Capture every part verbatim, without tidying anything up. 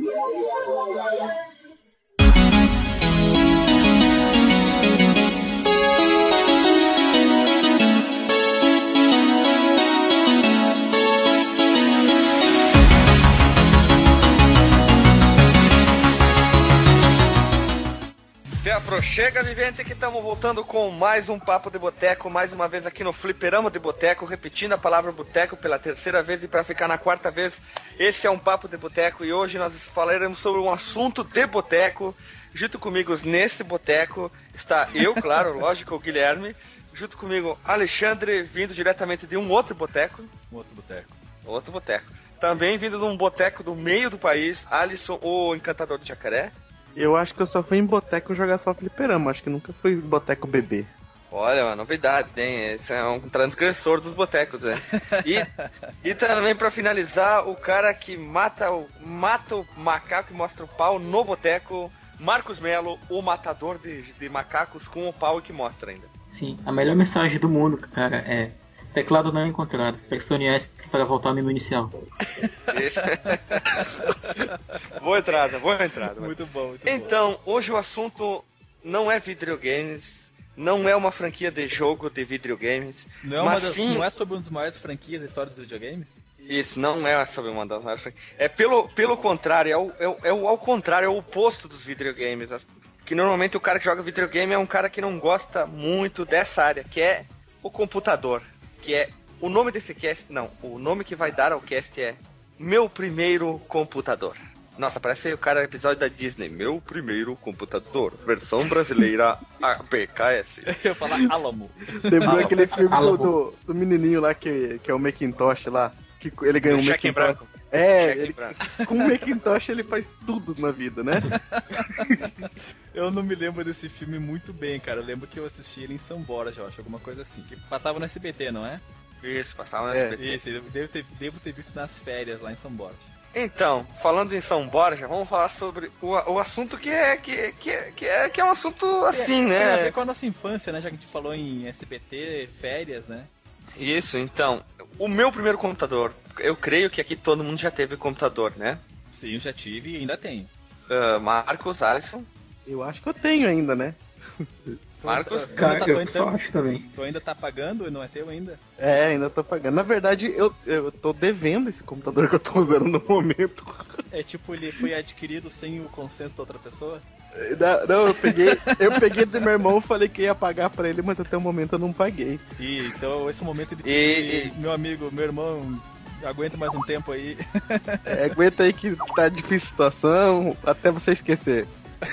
Chega, vivente, que estamos voltando com mais um Papo de Boteco, mais uma vez aqui no Fliperama de Boteco, repetindo a palavra boteco pela terceira vez e para ficar na quarta vez. Esse é um Papo de Boteco e hoje nós falaremos sobre um assunto de boteco. Junto comigo nesse boteco está eu, claro, lógico, o Guilherme. Junto comigo Alexandre, vindo diretamente de um outro boteco. Um outro boteco. Outro boteco. Também vindo de um boteco do meio do país, Alisson, o encantador de Jacaré. Eu acho que eu só fui em boteco jogar só fliperama, acho que nunca fui em boteco bebê. Olha, uma novidade, hein? Esse é um transgressor dos botecos, né? E, e também pra finalizar, o cara que mata o, mata o macaco e mostra o pau no boteco, Marcos Melo, o matador de, de macacos com o pau que mostra ainda. Sim, a melhor mensagem do mundo, cara, é teclado não encontrado, pressione S para voltar ao menu inicial. Boa entrada, boa entrada. Muito bom, muito então, bom. hoje o assunto não é videogames, não é uma franquia de jogo de videogames. Não é, uma mas das, sim... não é sobre uma das maiores franquias da história dos videogames? Isso, não é sobre uma das maiores franquias. É pelo, pelo contrário, é o, é, o, é o ao contrário, é o oposto dos videogames. Que normalmente o cara que joga videogame é um cara que não gosta muito dessa área, que é o computador. Que é o nome desse cast, não, o nome que vai dar ao cast é Meu Primeiro Computador. Nossa, parece o cara episódio da Disney. Meu Primeiro Computador, versão brasileira A P K S. Eu ia falar Alamo. Lembrou Alamo. aquele filme do, Alamo. do, do menininho lá que, que é o Macintosh lá, que ele ganhou um Cheque em Macintosh. branco. É, Cheque em ele, branco. com o Macintosh ele faz tudo na vida, né? Eu não me lembro desse filme muito bem, cara. Eu lembro que eu assisti ele em São Borja, eu acho, alguma coisa assim. Que passava no S B T, não é? Isso, passava no É. S B T. Isso, eu devo ter, devo ter visto nas férias lá em São Borja. Então, falando em São Borja, vamos falar sobre o, o assunto que é, que, que, é, que, é, que é um assunto assim, Tem a né? ver com a nossa infância, né? Já que a gente falou em S B T, férias, né? Isso, então, o meu primeiro computador, eu creio que aqui todo mundo já teve computador, né? Sim, eu já tive e ainda tenho. Uh, Marcos, Alisson, Eu acho que eu tenho ainda, né? Marcos, Tu Cara, ainda tá- eu então, só acho também. tu ainda tá pagando e não é teu ainda? É, ainda tô pagando. Na verdade, eu, eu tô devendo esse computador que eu tô usando no momento. É tipo, ele foi adquirido sem o consenso da outra pessoa? Não, não, eu peguei, eu peguei do meu irmão, falei que ia pagar pra ele, mas até o momento eu não paguei. E então esse momento de E- meu amigo, meu irmão, aguenta mais um tempo aí. É, aguenta aí que tá difícil a situação, até você esquecer.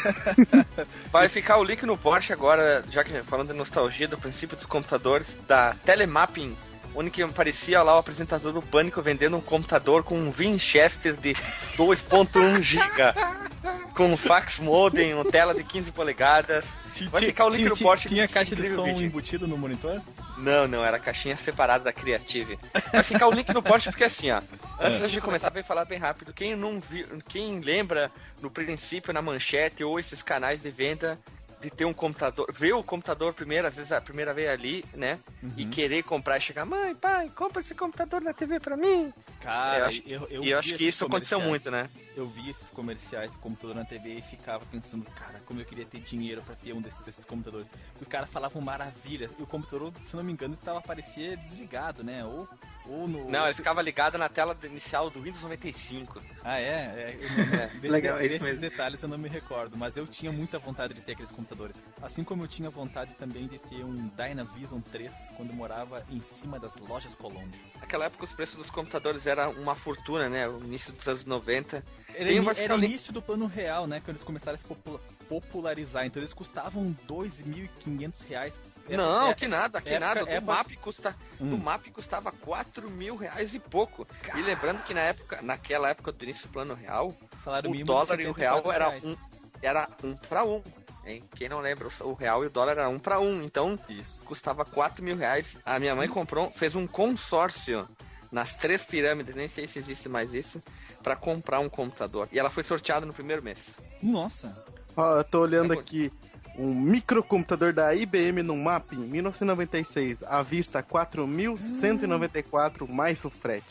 vai ficar o link no Porsche agora, já que falando de nostalgia do princípio dos computadores, da Telemapping, onde que aparecia lá o apresentador do Pânico vendendo um computador com um Winchester de dois ponto um giga, com fax modem, uma tela de quinze polegadas. Vai ficar o link no Porsche. Tinha desse caixa de incrível som vídeo. embutido no monitor? Não, não, era caixinha separada da Creative. Vai ficar o link no Porsche porque assim, ó. Antes de começar, bem falar bem rápido. Quem não viu, quem lembra no princípio na manchete ou esses canais de venda de ter um computador, ver o computador primeiro, às vezes a primeira vez ali, né? Uhum. E querer comprar e chegar, mãe, pai, compra esse computador na T V pra mim. Cara, eu acho, eu, eu e eu vi acho que esses isso aconteceu comerciais. muito, né? Eu vi esses comerciais de computador na T V e ficava pensando, cara, como eu queria ter dinheiro pra ter um desses, desses computadores. Os caras falavam maravilhas. E o computador, se não me engano, tava parecia desligado, né? Ou, ou no. Não, ele ficava ligado na tela inicial do Windows noventa e cinco. Ah, é? é eu não- É. desse- Legal, é isso desses mesmo. detalhes eu não me recordo, mas eu tinha muita vontade de ter aqueles computadores. Assim como eu tinha vontade também de ter um Dynavision três quando eu morava em cima das lojas Colômbia. Naquela época os preços dos computadores eram uma fortuna, né? O início dos anos noventa. Era, Tem, ini- vai ficar era o o link- início do plano real, né? Quando eles começaram a se popu- popularizar. Então eles custavam dois mil e quinhentos reais. Era- Não, é- que nada, que época- nada. O época- MAP custa, Hum. o MAP custava quatro mil reais e pouco. E lembrando que na época, naquela época do início do plano real, salário o mínimo dólar de e o setenta e real quatro era reais. um, era um para um. Hein? Quem não lembra, o real e o dólar era um para um. Então Isso. custava quatro mil reais. A minha mãe comprou, fez um consórcio nas três pirâmides, nem sei se existe mais isso, para comprar um computador. E ela foi sorteada no primeiro mês. Nossa. Ó, eu tô olhando É, aqui um microcomputador da I B M no MAP em mil novecentos e noventa e seis, à vista quatro mil cento e noventa e quatro mais o frete.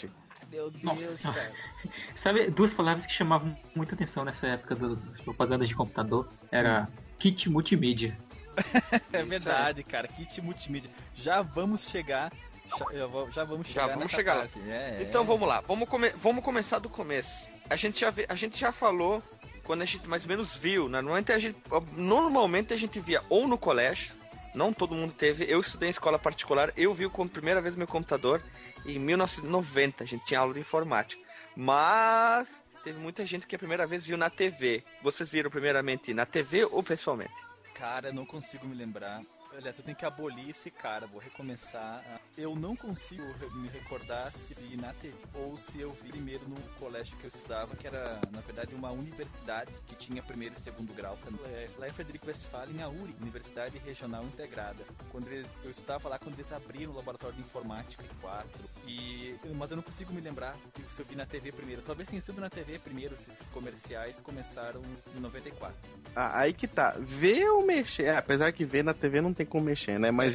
meu Deus, Nossa. cara. Sabe, duas palavras que chamavam muita atenção nessa época do- das propagandas de computador era kit multimídia. É verdade, cara. Kit multimídia. Já vamos chegar. Já, já vamos chegar. Já vamos nessa chegar lá. parte. É, Então é. vamos lá, vamos, come- vamos começar do começo. A gente já, vê- a gente já falou, quando a gente mais ou menos viu, né? normalmente, a gente, normalmente a gente via ou no colégio, não todo mundo teve, eu estudei em escola particular, eu vi como primeira vez meu computador em mil novecentos e noventa, a gente tinha aula de informática. Mas teve muita gente que a primeira vez viu na T V. Vocês viram primeiramente na T V ou pessoalmente? Cara, eu não consigo me lembrar. Aliás, eu tenho que abolir esse cara, vou recomeçar. Eu não consigo me recordar se vi na T V ou se eu vi primeiro no colégio que eu estudava, que era, na verdade, uma universidade que tinha primeiro e segundo grau. É, lá em Frederico Westphalen, a U R I, Universidade Regional Integrada. Quando eles, eu estudava lá quando eles abriram o laboratório de informática quatro. E, mas eu não consigo me lembrar se eu vi na T V primeiro. Talvez tenha sido na T V primeiro, se esses comerciais começaram em noventa e quatro. Ah, aí que tá. Ver ou mexer? É, apesar que ver na T V não tem como mexer, né? Mas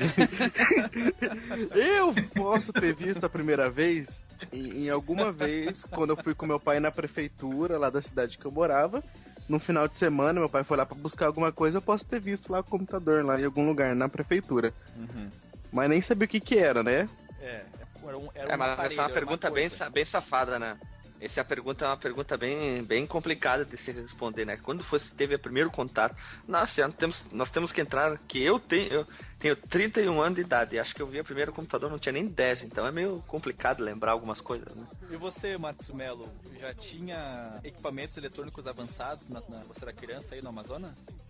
eu posso ter visto a primeira vez em, em alguma vez quando eu fui com meu pai na prefeitura lá da cidade que eu morava. No final de semana, meu pai foi lá pra buscar alguma coisa, eu posso ter visto lá o computador lá em algum lugar na prefeitura. Uhum. Mas nem sabia o que que era, né? É, era um, era É, um mas aparelho, essa é uma era pergunta bem, coisa. sa- bem safada, né? Essa é a pergunta, é uma pergunta bem, bem complicada de se responder, né? Quando você teve o primeiro contato, nossa, nós temos, nós temos que entrar, que eu tenho, eu tenho trinta e um anos de idade, acho que eu vi o primeiro computador, não tinha nem dez, então é meio complicado lembrar algumas coisas, né? E você, Marcos Melo, já tinha equipamentos eletrônicos avançados na, na, você era criança aí no Amazonas?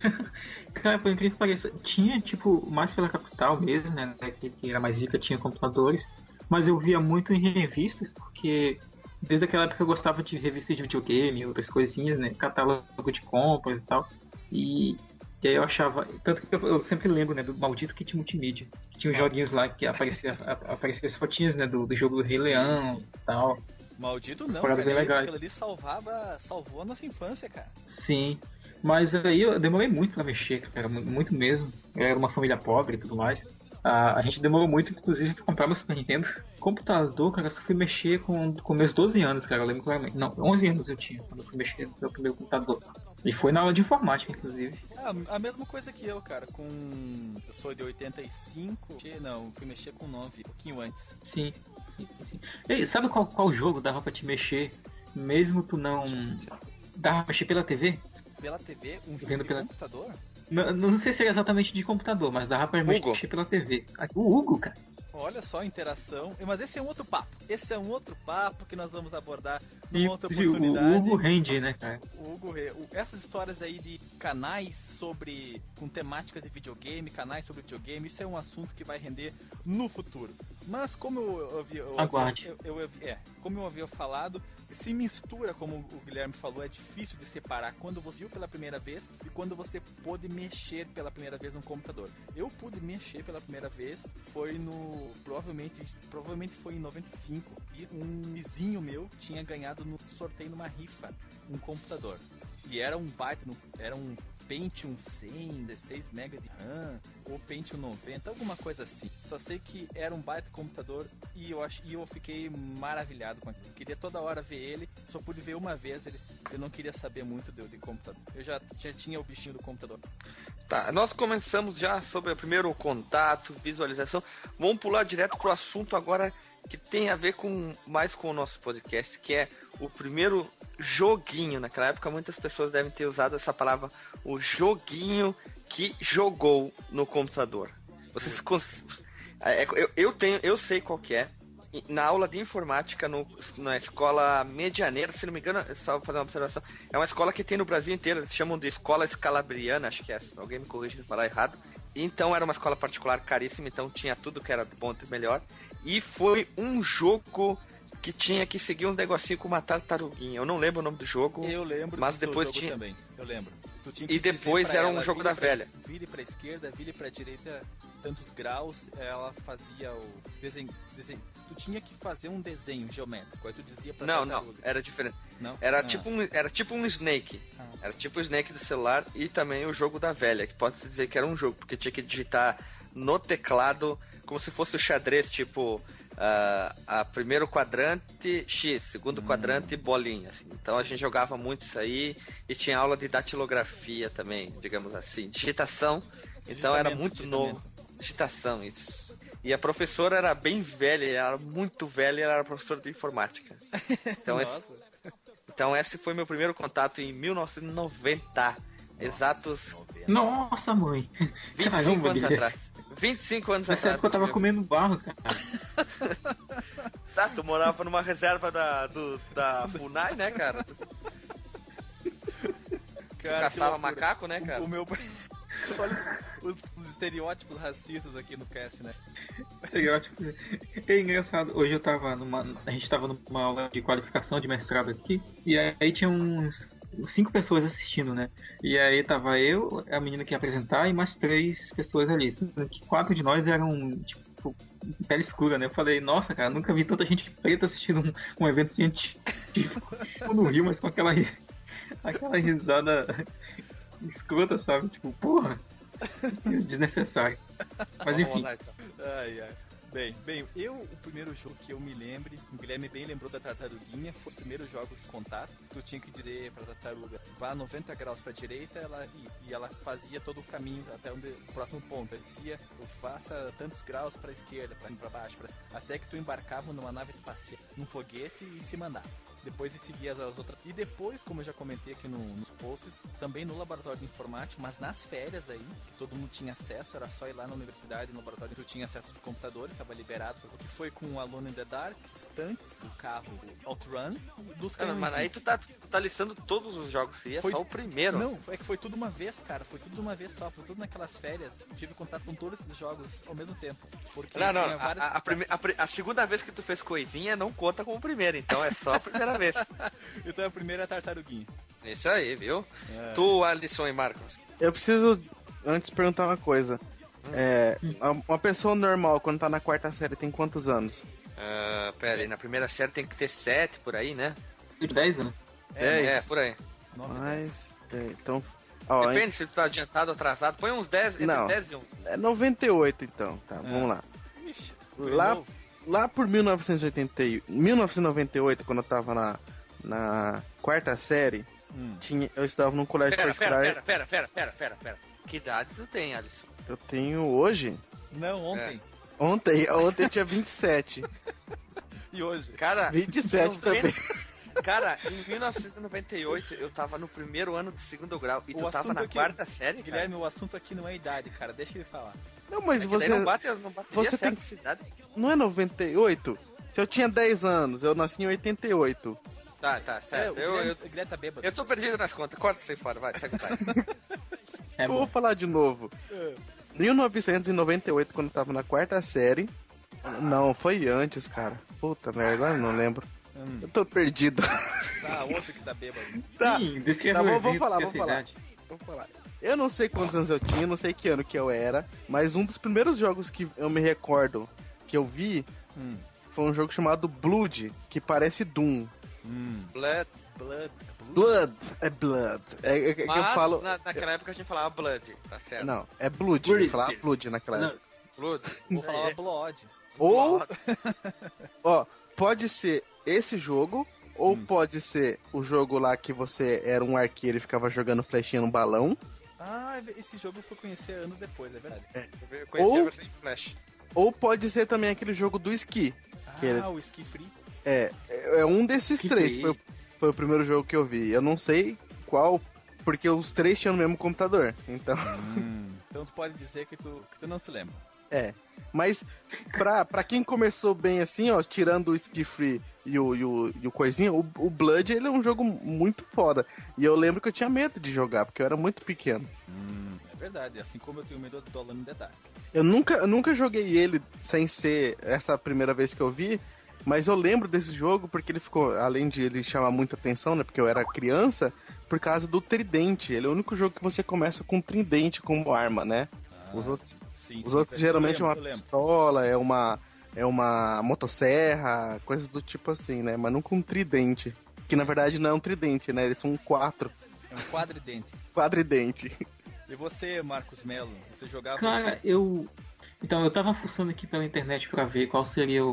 Cara, por incrível que pareça, tinha, tipo, mais pela capital mesmo, né? Que, que era mais rica, tinha computadores. Mas eu via muito em revistas, porque desde aquela época eu gostava de revistas de videogame, outras coisinhas, né? Catálogo de compras e tal. E, e aí eu achava. Tanto que eu, eu sempre lembro, né? Do maldito kit multimídia. Que tinha uns joguinhos lá que aparecia, a- aparecia as fotinhas, né? Do, do jogo do Rei Leão e tal. Maldito não, Parada cara. bem legal. Aquilo ali salvava, salvou a nossa infância, cara. Sim. Mas aí eu demorei muito pra mexer, cara, mu- muito mesmo. Eu era uma família pobre e tudo mais. A, a gente demorou muito, inclusive, pra comprar meu Super Nintendo. Computador, cara, eu só fui mexer com, com meus doze anos, cara, eu lembro claramente. Não, onze anos eu tinha quando eu fui mexer no meu primeiro computador. E foi na aula de informática, inclusive. Ah, a mesma coisa que eu, cara. Com. Eu sou de oitenta e cinco. Não, fui mexer com nove, um pouquinho antes. Sim. sim, sim. E sabe qual, qual jogo dava pra te mexer, mesmo tu não... Dava pra mexer pela T V? Pela T V, um jogo Vendo de pela- computador? Não, não sei se era exatamente de computador, mas dava pra Hugo. mexer pela T V. Ah, o Hugo, cara. Olha só a interação. Mas esse é um outro papo. Esse é um outro papo que nós vamos abordar E, numa outra e oportunidade. o Hugo rende, né, cara? O Hugo Rê, o- essas histórias aí de canais sobre com temáticas de videogame, canais sobre videogame, isso é um assunto que vai render no futuro. Mas como eu, eu havia eu, Aguarde. eu, eu, eu- é, como eu havia falado, se mistura, como o Guilherme falou, é difícil de separar quando você viu pela primeira vez e quando você pôde mexer pela primeira vez no computador. Eu pude mexer pela primeira vez, foi no provavelmente provavelmente foi em noventa e cinco e um vizinho meu tinha ganhado no sorteio numa rifa um computador. E era um baita, no- era um Pentium cem, dezesseis megas de RAM, ou Pentium noventa, alguma coisa assim. Só sei que era um baita computador e eu, ach, e eu fiquei maravilhado com aquilo. Queria toda hora ver ele, só pude ver uma vez ele. Eu não queria saber muito de, de computador. Eu já, já tinha o bichinho do computador. Tá, nós começamos já sobre o primeiro contato, visualização. Vamos pular direto pro assunto agora que tem a ver com mais com o nosso podcast, que é o primeiro joguinho. Naquela época muitas pessoas devem ter usado essa palavra, o joguinho que jogou no computador. Vocês cons- é, eu, eu tenho, eu sei qual que é. Na aula de informática no, na escola Medianeira, se não me engano, só fazer uma observação, é uma escola que tem no Brasil inteiro, eles chamam de escola escalabriana, acho que é, alguém me corrige se falar errado. Então era uma escola particular caríssima, então tinha tudo que era bom e melhor. E foi um jogo que tinha que seguir um negocinho com uma tartaruguinha. Eu não lembro o nome do jogo, Eu lembro mas do seu depois jogo tinha... também. Eu lembro. Tu tinha E dizer depois pra era um ela, jogo vire da pra- velha. Vire pra esquerda, vire pra direita, tantos graus, ela fazia o desenho, desenho. Tu tinha que fazer um desenho geométrico, aí tu dizia pra Não, não, tartaruga. era diferente. Não? Era, Ah. tipo um, era tipo um Snake. Ah. Era tipo o Snake do celular e também o jogo da velha, que pode-se dizer que era um jogo, porque tinha que digitar no teclado como se fosse o xadrez, tipo Uh, a primeiro quadrante X, segundo hum. quadrante bolinha, assim. Então a gente jogava muito isso aí e tinha aula de datilografia também, digamos assim, digitação. Então era muito novo. Digitação, isso. E a professora era bem velha, ela era muito velha, ela era professora de informática. Então esse, então esse foi meu primeiro contato em mil novecentos e noventa. Nossa, exatos. Nossa, mãe! vinte e cinco anos atrás. vinte e cinco anos Nessa atrás. época eu tava comendo barro, cara. Tá, tu morava numa reserva da, do, da FUNAI, né, cara? Cara, caçava macaco, né, cara? O, o meu... Olha os, os estereótipos racistas aqui no cast, né? Estereótipos. É engraçado, hoje eu tava numa... A gente tava numa aula de qualificação de mestrado aqui, e aí tinha uns... cinco pessoas assistindo, né? E aí tava eu, a menina que ia apresentar e mais três pessoas ali. Que quatro de nós eram, tipo, pele escura, né? Eu falei, nossa, cara, nunca vi tanta gente preta assistindo um, um evento científico. Eu não rio, mas com aquela, aquela risada escrota, sabe? Tipo, porra, desnecessário. Mas enfim. Ai, ai. Bem, bem, eu, o primeiro jogo que eu me lembre, o Guilherme bem lembrou da tartaruguinha, foi os primeiros jogos de contato. Tu tinha que dizer pra tartaruga, vá noventa graus pra direita, ela, e, e ela fazia todo o caminho até onde, o próximo ponto. Ela dizia, faça tantos graus pra esquerda, pra, pra baixo, pra, até que tu embarcava numa nave espacial, num foguete e se mandava. Depois de seguir as, as outras. E depois, como eu já comentei aqui no, nos posts, também no laboratório de informática, mas nas férias aí, que todo mundo tinha acesso, era só ir lá na universidade, no laboratório, tu tinha acesso de computadores, estava liberado. O que foi com o Alone in the Dark, Stunts, o carro Outrun, dos canhões. Mas aí tu tá, tu tá listando todos os jogos, seria foi... só o primeiro. Não, é que foi tudo uma vez, cara, foi tudo de uma vez só, foi tudo naquelas férias. Tive contato com todos esses jogos ao mesmo tempo. Porque não, não, tinha várias... a, a, prime... a, a segunda vez que tu fez coisinha não conta como primeira, então é só a primeira vez. Então a primeira é a tartaruguinha. Isso aí, viu? É. Tu, Alisson e Marcos. Eu preciso antes perguntar uma coisa. Hum. É, uma pessoa normal, quando tá na quarta série, tem quantos anos? Uh, pera aí, na primeira série tem que ter sete por aí, né? dez anos. É, é, por aí. Mas, é, então... Ó, Depende hein? se tu tá adiantado ou atrasado. Põe uns dez, entre não, dez e um. É noventa e oito, então. Tá, é. Vamos lá. Ixi, lá, lá por mil novecentos e oitenta, mil novecentos e noventa e oito, quando eu tava na, na quarta série, hum. tinha, eu estudava num colégio pera, particular... Pera, pera, pera, pera, pera, pera. Que idade tu tem, Alisson? Eu tenho hoje... Não, ontem. É. Ontem, ontem eu tinha vinte e sete. E hoje? Cara, vinte e sete também. Cara, em mil novecentos e noventa e oito eu tava no primeiro ano de segundo grau e o tu tava na aqui, quarta série, Guilherme, cara? o assunto aqui não é idade, cara. Deixa ele falar. Não, mas é você... não bate, não você tem cidade. Não é noventa e oito? Se eu tinha dez anos, eu nasci em oitenta e oito. Tá, tá, certo. É, eu, eu, eu, eu, tá bêbado. eu tô perdido nas contas. Corta isso aí fora, vai, segue o pai. É eu vou falar de novo. É. mil novecentos e noventa e oito, quando eu tava na quarta série... Não, foi antes, cara. Puta merda, agora eu não lembro. Hum. Eu tô perdido. Tá, outro que tá bêbado. Tá, Sim, tá vou, vou falar, vou falar. Vou falar. Eu não sei quantos anos eu tinha, não sei que ano que eu era, mas um dos primeiros jogos que eu me recordo que eu vi hum. foi um jogo chamado Blood, que parece Doom. Hum. Blood, Blood, Blood. É Blood. É, é que eu falo. Na, naquela época a gente falava Blood, tá certo? Não, é Blood. Eu falava Blood naquela não. época. Blood. Vou falar Blood. Ou, ó, pode ser esse jogo, ou hum. pode ser o jogo lá que você era um arqueiro e ficava jogando flechinha no balão. Ah, esse jogo eu fui conhecer anos depois, é verdade. É. Eu conheci ou, a versão de Flash. Ou pode ser também aquele jogo do esqui. Ah, que ele... o Ski Free. É, é um desses que três. Foi, foi o primeiro jogo que eu vi. Eu não sei qual, porque os três tinham no mesmo computador. Então. Hum, então tu pode dizer que tu, que tu não se lembra. É, mas pra, pra quem começou bem assim, ó, tirando o Ski Free e o, e o, e o coisinha, o, o Blood, ele é um jogo muito foda. E eu lembro que eu tinha medo de jogar, porque eu era muito pequeno. Hum, é verdade, assim como eu tenho medo do Alone in the Dark. Eu nunca, eu nunca joguei ele sem ser essa primeira vez que eu vi, mas eu lembro desse jogo porque ele ficou, além de ele chamar muita atenção, né, porque eu era criança, por causa do tridente. Ele é o único jogo que você começa com um tridente como arma, né? Ah. Os outros... Sim, Os sim, outros geralmente lembro, é uma pistola, é uma, é uma motosserra, coisas do tipo assim, né? Mas nunca um tridente. Que na verdade não é um tridente, né? Eles são um quatro. É um quadridente. Quadridente. E você, Marcos Melo? Você jogava... Cara, eu... Então, eu tava fuçando aqui pela internet pra ver qual seria o,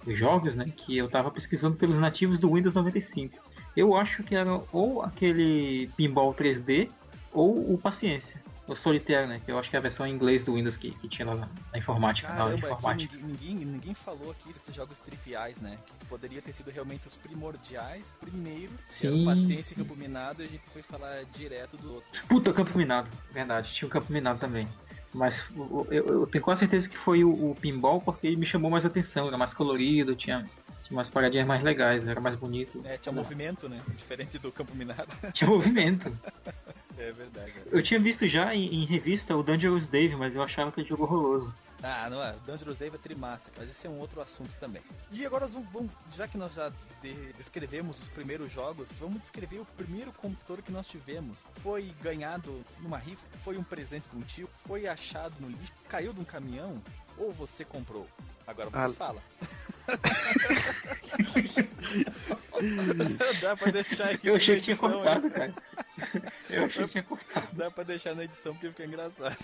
jogos, né? Que eu tava pesquisando pelos nativos do Windows noventa e cinco. Eu acho que era ou aquele Pinball três D ou o Paciência. O Solitaire, né? Que eu acho que é a versão em inglês do Windows que, que tinha lá na, na informática. Caramba, na informática. Ninguém, ninguém, ninguém falou aqui desses jogos triviais, né? Que poderia ter sido realmente os primordiais. Primeiro, que era o Paciência e Campo Minado, e a gente foi falar direto do outro. Puta, Campo Minado. Verdade, tinha o Campo Minado também. Mas eu, eu tenho quase certeza que foi o, o Pinball, porque ele me chamou mais atenção. Era mais colorido, tinha... Tinha umas paradinhas mais legais, era mais bonito. É, tinha movimento, né? Diferente do Campo Minado. Tinha movimento. É verdade. É. Eu tinha visto já em, em revista o Dangerous Dave, mas eu achava que ele jogo horroroso. Ah, não é. Dangerous Dave é trimassa, mas esse é um outro assunto também. E agora, vamos, vamos, já que nós já de, descrevemos os primeiros jogos, vamos descrever o primeiro computador que nós tivemos. Foi ganhado numa rifa, foi um presente de um tio, foi achado no lixo, caiu de um caminhão, ou você comprou? Agora você ah. fala. Dá pra deixar aqui. Eu achei que tinha cortado, cara. Eu achei que tinha cortado. Dá pra deixar na edição porque fica engraçado.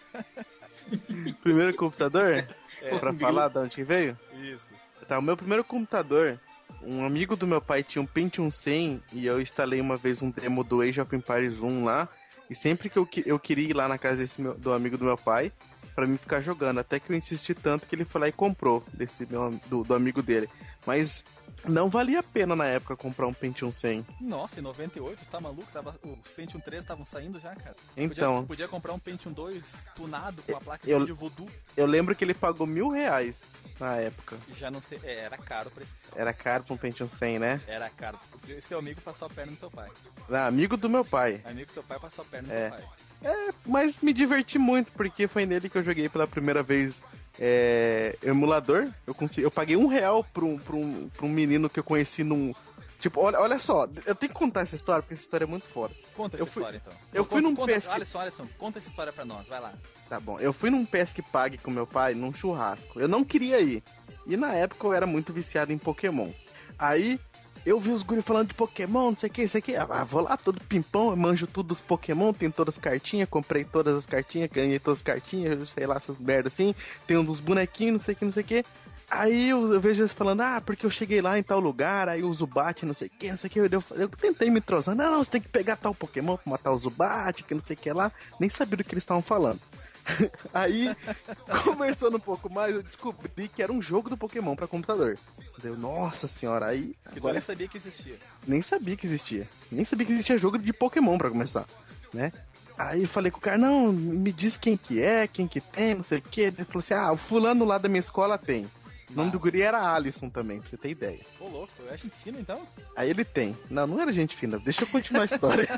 Primeiro computador? É. Pra falar de onde veio? Isso. Tá, o meu primeiro computador, um amigo do meu pai tinha um Pentium cem e eu instalei uma vez um demo do Age of Empires um lá. E sempre que eu, eu queria ir lá na casa desse meu, do amigo do meu pai, pra mim ficar jogando, até que eu insisti tanto que ele foi lá e comprou desse meu, do, do amigo dele. Mas não valia a pena na época comprar um Pentium cem. Nossa, em noventa e oito, tá maluco? Tava, os Pentium três estavam saindo já, cara. Então. Podia, podia comprar um Pentium dois tunado com a placa eu, de Voodoo. Eu lembro que ele pagou mil reais na época. Já não sei, é, era caro pra esse... Era caro pra um Pentium cem, né? Era caro. Esse teu amigo passou a perna no teu pai. Ah, amigo do meu pai. Amigo do teu pai passou a perna no é. teu pai. É, mas me diverti muito, porque foi nele que eu joguei pela primeira vez é, emulador. Eu, consegui, eu paguei um real pra um, pra, um, pra um menino que eu conheci num... Tipo, olha, olha só, eu tenho que contar essa história, porque essa história é muito foda. Conta eu essa fui, história, então. Eu conta, fui num conta, Pesque... Alisson, Alisson, conta essa história pra nós, vai lá. Tá bom, eu fui num Pesque Pague com meu pai, num churrasco. Eu não queria ir. E na época eu era muito viciado em Pokémon. Aí... Eu vi os guri falando de Pokémon, não sei o que, isso aqui. Ah, vou lá, todo pimpão, eu manjo tudo dos Pokémon, tem todas as cartinhas, comprei todas as cartinhas, ganhei todas as cartinhas, sei lá, essas merda assim. Tem um dos bonequinhos, não sei o que, não sei o que. Aí eu, eu vejo eles falando, ah, porque eu cheguei lá em tal lugar, aí o Zubat, não sei o que, não sei o que. Eu, eu, eu tentei me trozar, não, não, você tem que pegar tal Pokémon pra matar o Zubat, que não sei o que lá. Nem sabia do que eles estavam falando. Aí, conversando um pouco mais, eu descobri que era um jogo do Pokémon pra computador. Deu, nossa senhora, aí... Que agora... nem sabia que existia. Nem sabia que existia. Nem sabia que existia jogo de Pokémon pra começar, né? Aí eu falei com o cara, não, me diz quem que é, quem que tem, não sei o que. Ele falou assim, ah, o fulano lá da minha escola tem. O nome do guri era Alisson também, pra você ter ideia. Ô, louco, é gente fina então? Aí ele tem. Não, não era gente fina, deixa eu continuar a história.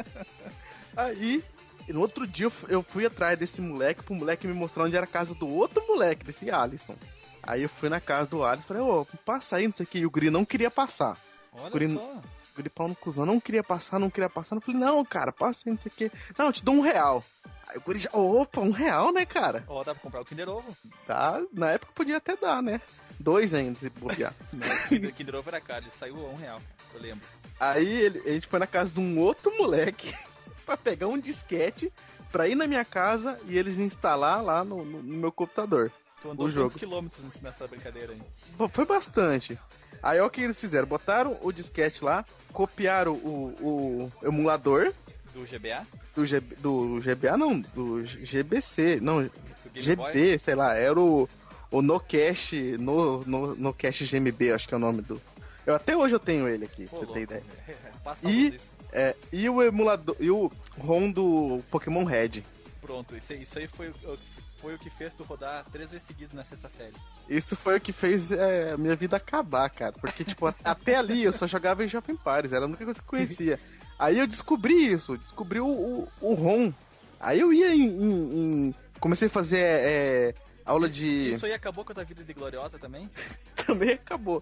Aí... E no outro dia eu, eu fui atrás desse moleque, pro moleque me mostrar onde era a casa do outro moleque, desse Alisson. Aí eu fui na casa do Alisson e falei, ô, oh, passa aí, não sei o que. E o guri não queria passar. Olha o guri, só. O guri pau no cuzão, não queria passar, não queria passar. Eu falei, não, cara, passa aí, não sei o que. Não, eu te dou um real. Aí o guri já, opa, um real, né, cara? Ó, oh, dá pra comprar o Kinder Ovo. Tá, na época podia até dar, né? Dois ainda, se bobear. Não, Kinder Ovo era caro, ele saiu a um real, eu lembro. Aí ele, a gente foi na casa de um outro moleque pra pegar um disquete pra ir na minha casa e eles instalar lá no, no, no meu computador. Tu andou quantos quilômetros nessa brincadeira aí? Foi bastante. Aí olha o que eles fizeram, botaram o disquete lá, copiaram o, o emulador. Do G B A? Do, G, do G B A não, do G B C, não, G B, sei lá, era o, o No Cache, no, no, no Cache G M B, acho que é o nome do... Eu, até hoje eu tenho ele aqui, pra você ter ideia. E... É, e o emulador, e o ROM do Pokémon Red. Pronto, isso, isso aí foi, foi o que fez tu rodar três vezes seguidas na sexta série. Isso foi o que fez é, a minha vida acabar, cara. Porque, tipo, até ali eu só jogava em Shopping Paris, era a única coisa que eu conhecia. Aí eu descobri isso, descobri o, o, o ROM. Aí eu ia em... em, em comecei a fazer é, aula de... Isso aí acabou com a tua vida de gloriosa também? Também acabou.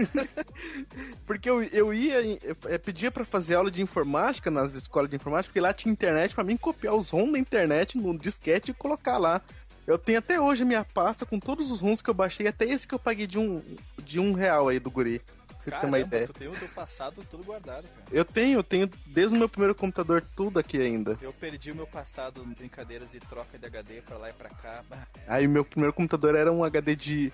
Porque eu, eu ia, eu pedia pra fazer aula de informática nas escolas de informática, porque lá tinha internet pra mim copiar os ROMs da internet no disquete e colocar lá. Eu tenho até hoje a minha pasta com todos os ROMs que eu baixei, até esse que eu paguei de um, de um real aí do guri. Pra você ter uma ideia. Tu tem o teu passado tudo guardado, cara. Eu tenho, eu tenho desde o meu primeiro computador tudo aqui ainda. Eu perdi o meu passado em brincadeiras de troca de H D pra lá e pra cá. Aí meu primeiro computador era um H D de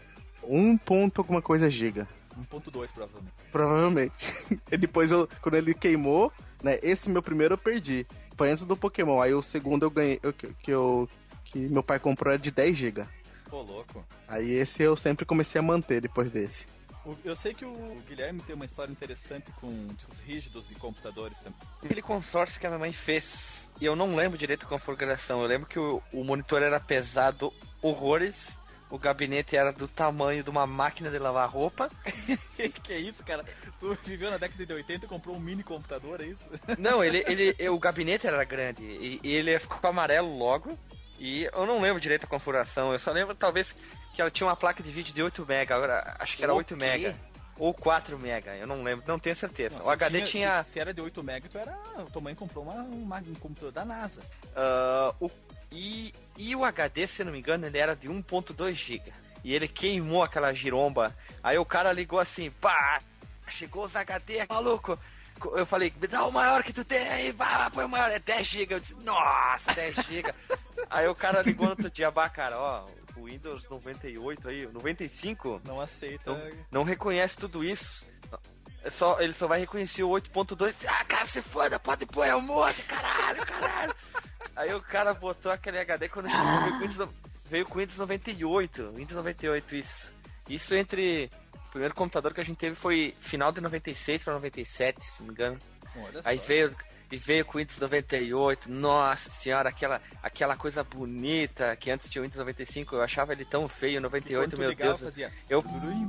um ponto alguma coisa giga. um ponto dois, provavelmente. Provavelmente. E depois, eu, quando ele queimou, né? Esse meu primeiro eu perdi. Foi antes do Pokémon. Aí o segundo eu ganhei, eu, que, que, eu, que meu pai comprou era de dez gigas. Pô, louco. Aí esse eu sempre comecei a manter depois desse. Eu sei que o Guilherme tem uma história interessante com discos rígidos e computadores também. Aquele consórcio que a minha mãe fez, e eu não lembro direito a configuração. Eu lembro que o, o monitor era pesado horrores, o gabinete era do tamanho de uma máquina de lavar roupa. Que é isso, cara? Tu viveu na década de oitenta e comprou um mini computador, é isso? Não, ele, ele, o gabinete era grande, e, e ele ficou amarelo logo, e eu não lembro direito a configuração. Eu só lembro, talvez, que ela tinha uma placa de vídeo de oito mega, agora acho que era O oito quê? mega. Ou quatro mega, eu não lembro, não tenho certeza. Nossa, o H D tinha... tinha... Se, se era de oito mega, tu era... tua mãe comprou uma, uma, um computador da NASA. Uh, o, e, e o H D, se não me engano, ele era de um ponto dois gigas. E ele queimou aquela giromba. Aí o cara ligou assim, pá, chegou os H D, maluco. Eu falei, me dá o maior que tu tem aí, pá, põe o maior, é dez gigas. Eu disse, nossa, dez gigas. Aí o cara ligou no outro dia, bah, cara, ó, o Windows noventa e oito aí, noventa e cinco, Não aceita. não, não reconhece tudo isso. É só, ele só vai reconhecer o oito ponto dois. Ah, cara, se foda, pode pôr, é um monte, caralho, caralho. Aí o cara botou aquele H D, quando chegou, veio com o Windows, veio com o Windows noventa e oito. Windows noventa e oito, isso. Isso entre... O primeiro computador que a gente teve foi final de noventa e seis para noventa e sete, se não me engano. Olha Aí só. veio... E veio com o Windows noventa e oito, nossa senhora, aquela, aquela coisa bonita que antes tinha o Windows noventa e cinco, eu achava ele tão feio, o noventa e oito, meu ligava, Deus. Fazia... Eu...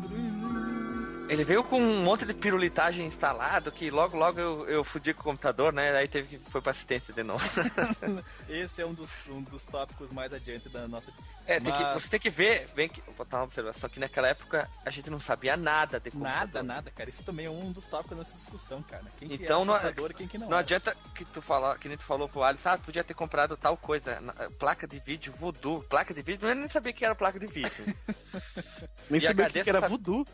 Ele veio com um monte de pirulitagem instalado, que logo logo eu, eu fudi com o computador, né, aí teve que foi pra assistência de novo. Esse é um dos, um dos tópicos mais adiante da nossa discussão. É, tem Mas... que, você tem que ver, bem que, vou botar uma observação, que naquela época a gente não sabia nada de computador. Nada, nada, cara. Isso também é um dos tópicos da nossa discussão, cara. Quem que Então é não, computador e quem que não, não é. adianta que tu falar, que nem tu falou pro Alisson, ah, podia ter comprado tal coisa, na- placa de vídeo, voodoo, placa de vídeo, eu nem sabia que era placa de vídeo. Nem E sabia o H D que, que era sabe- voodoo.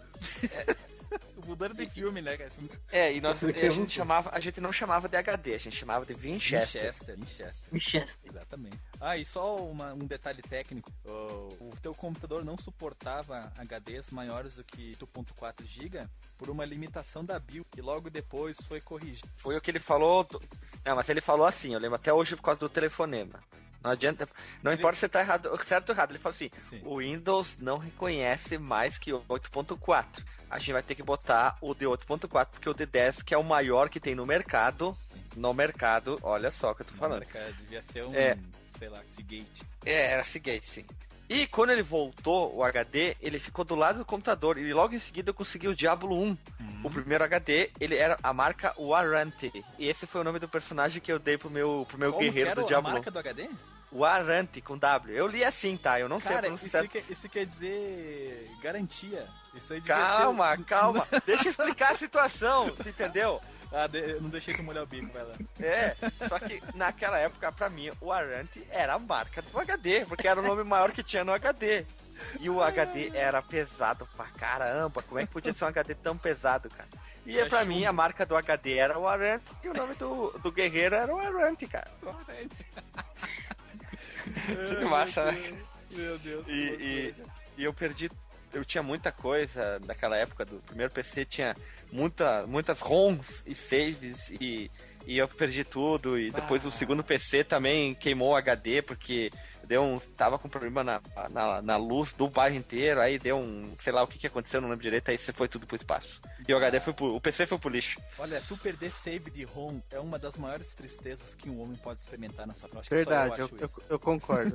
O voodoo era de filme, né, cara? É, e nós, a gente chamava, a gente não chamava de H D, a gente chamava de Winchester. Winchester, Winchester. Winchester. Exatamente. Ah, e só uma- um detalhe técnico. O, o teu computador não suportava H Ds maiores do que oito ponto quatro gigas por uma limitação da BIOS, que logo depois foi corrigida. Foi o que ele falou. do- Não, mas ele falou assim, eu lembro até hoje por causa do telefonema. Não adianta. Não Ele- importa se tá errado, certo ou errado. Ele falou assim: Sim. o Windows não reconhece mais que oito ponto quatro. A gente vai ter que botar o de oito ponto quatro, porque o de dez, que é o maior que tem no mercado. No mercado, olha só o que eu tô falando. Cara, devia ser um, É. sei lá, Seagate. É, era Seagate, sim. E quando ele voltou, o H D, ele ficou do lado do computador. E logo em seguida eu consegui o Diablo um. Uhum. O primeiro H D, ele era a marca Warranty. E esse foi o nome do personagem que eu dei pro meu, pro meu Como que guerreiro era do a Diablo um. marca do H D? Warranty, com W. Eu li assim, tá? Eu não sei a Cara, pronúncia isso, certa. quer, isso quer dizer garantia. Isso aí devia Calma, ser... calma. Deixa eu explicar a situação, tu entendeu? Ah, de- eu não deixei tu molhar o bico, vai lá. É, só que naquela época, pra mim, o Warranty era a marca do H D, porque era o nome maior que tinha no H D. E o H D era pesado pra caramba. Como é que podia ser um H D tão pesado, cara? E É pra chumbo. mim, a marca do H D era o Warranty e o nome do, do guerreiro era o Warranty, cara. Que massa, né? Meu Deus. E, e, e eu perdi. Eu tinha muita coisa naquela época do primeiro P C, tinha muita, muitas ROMs e saves e, e eu perdi tudo. E depois Ah. o segundo P C também queimou o H D porque deu um. Tava com problema na, na, na luz do bairro inteiro. Aí deu um. Sei lá o que, que aconteceu, não lembro direito. Aí você foi tudo pro espaço. E o H D foi pro. O P C foi pro lixo. Olha, tu perder save de ROM é uma das maiores tristezas que um homem pode experimentar na sua vida. Acho que só Verdade, eu eu, acho eu, isso. eu concordo.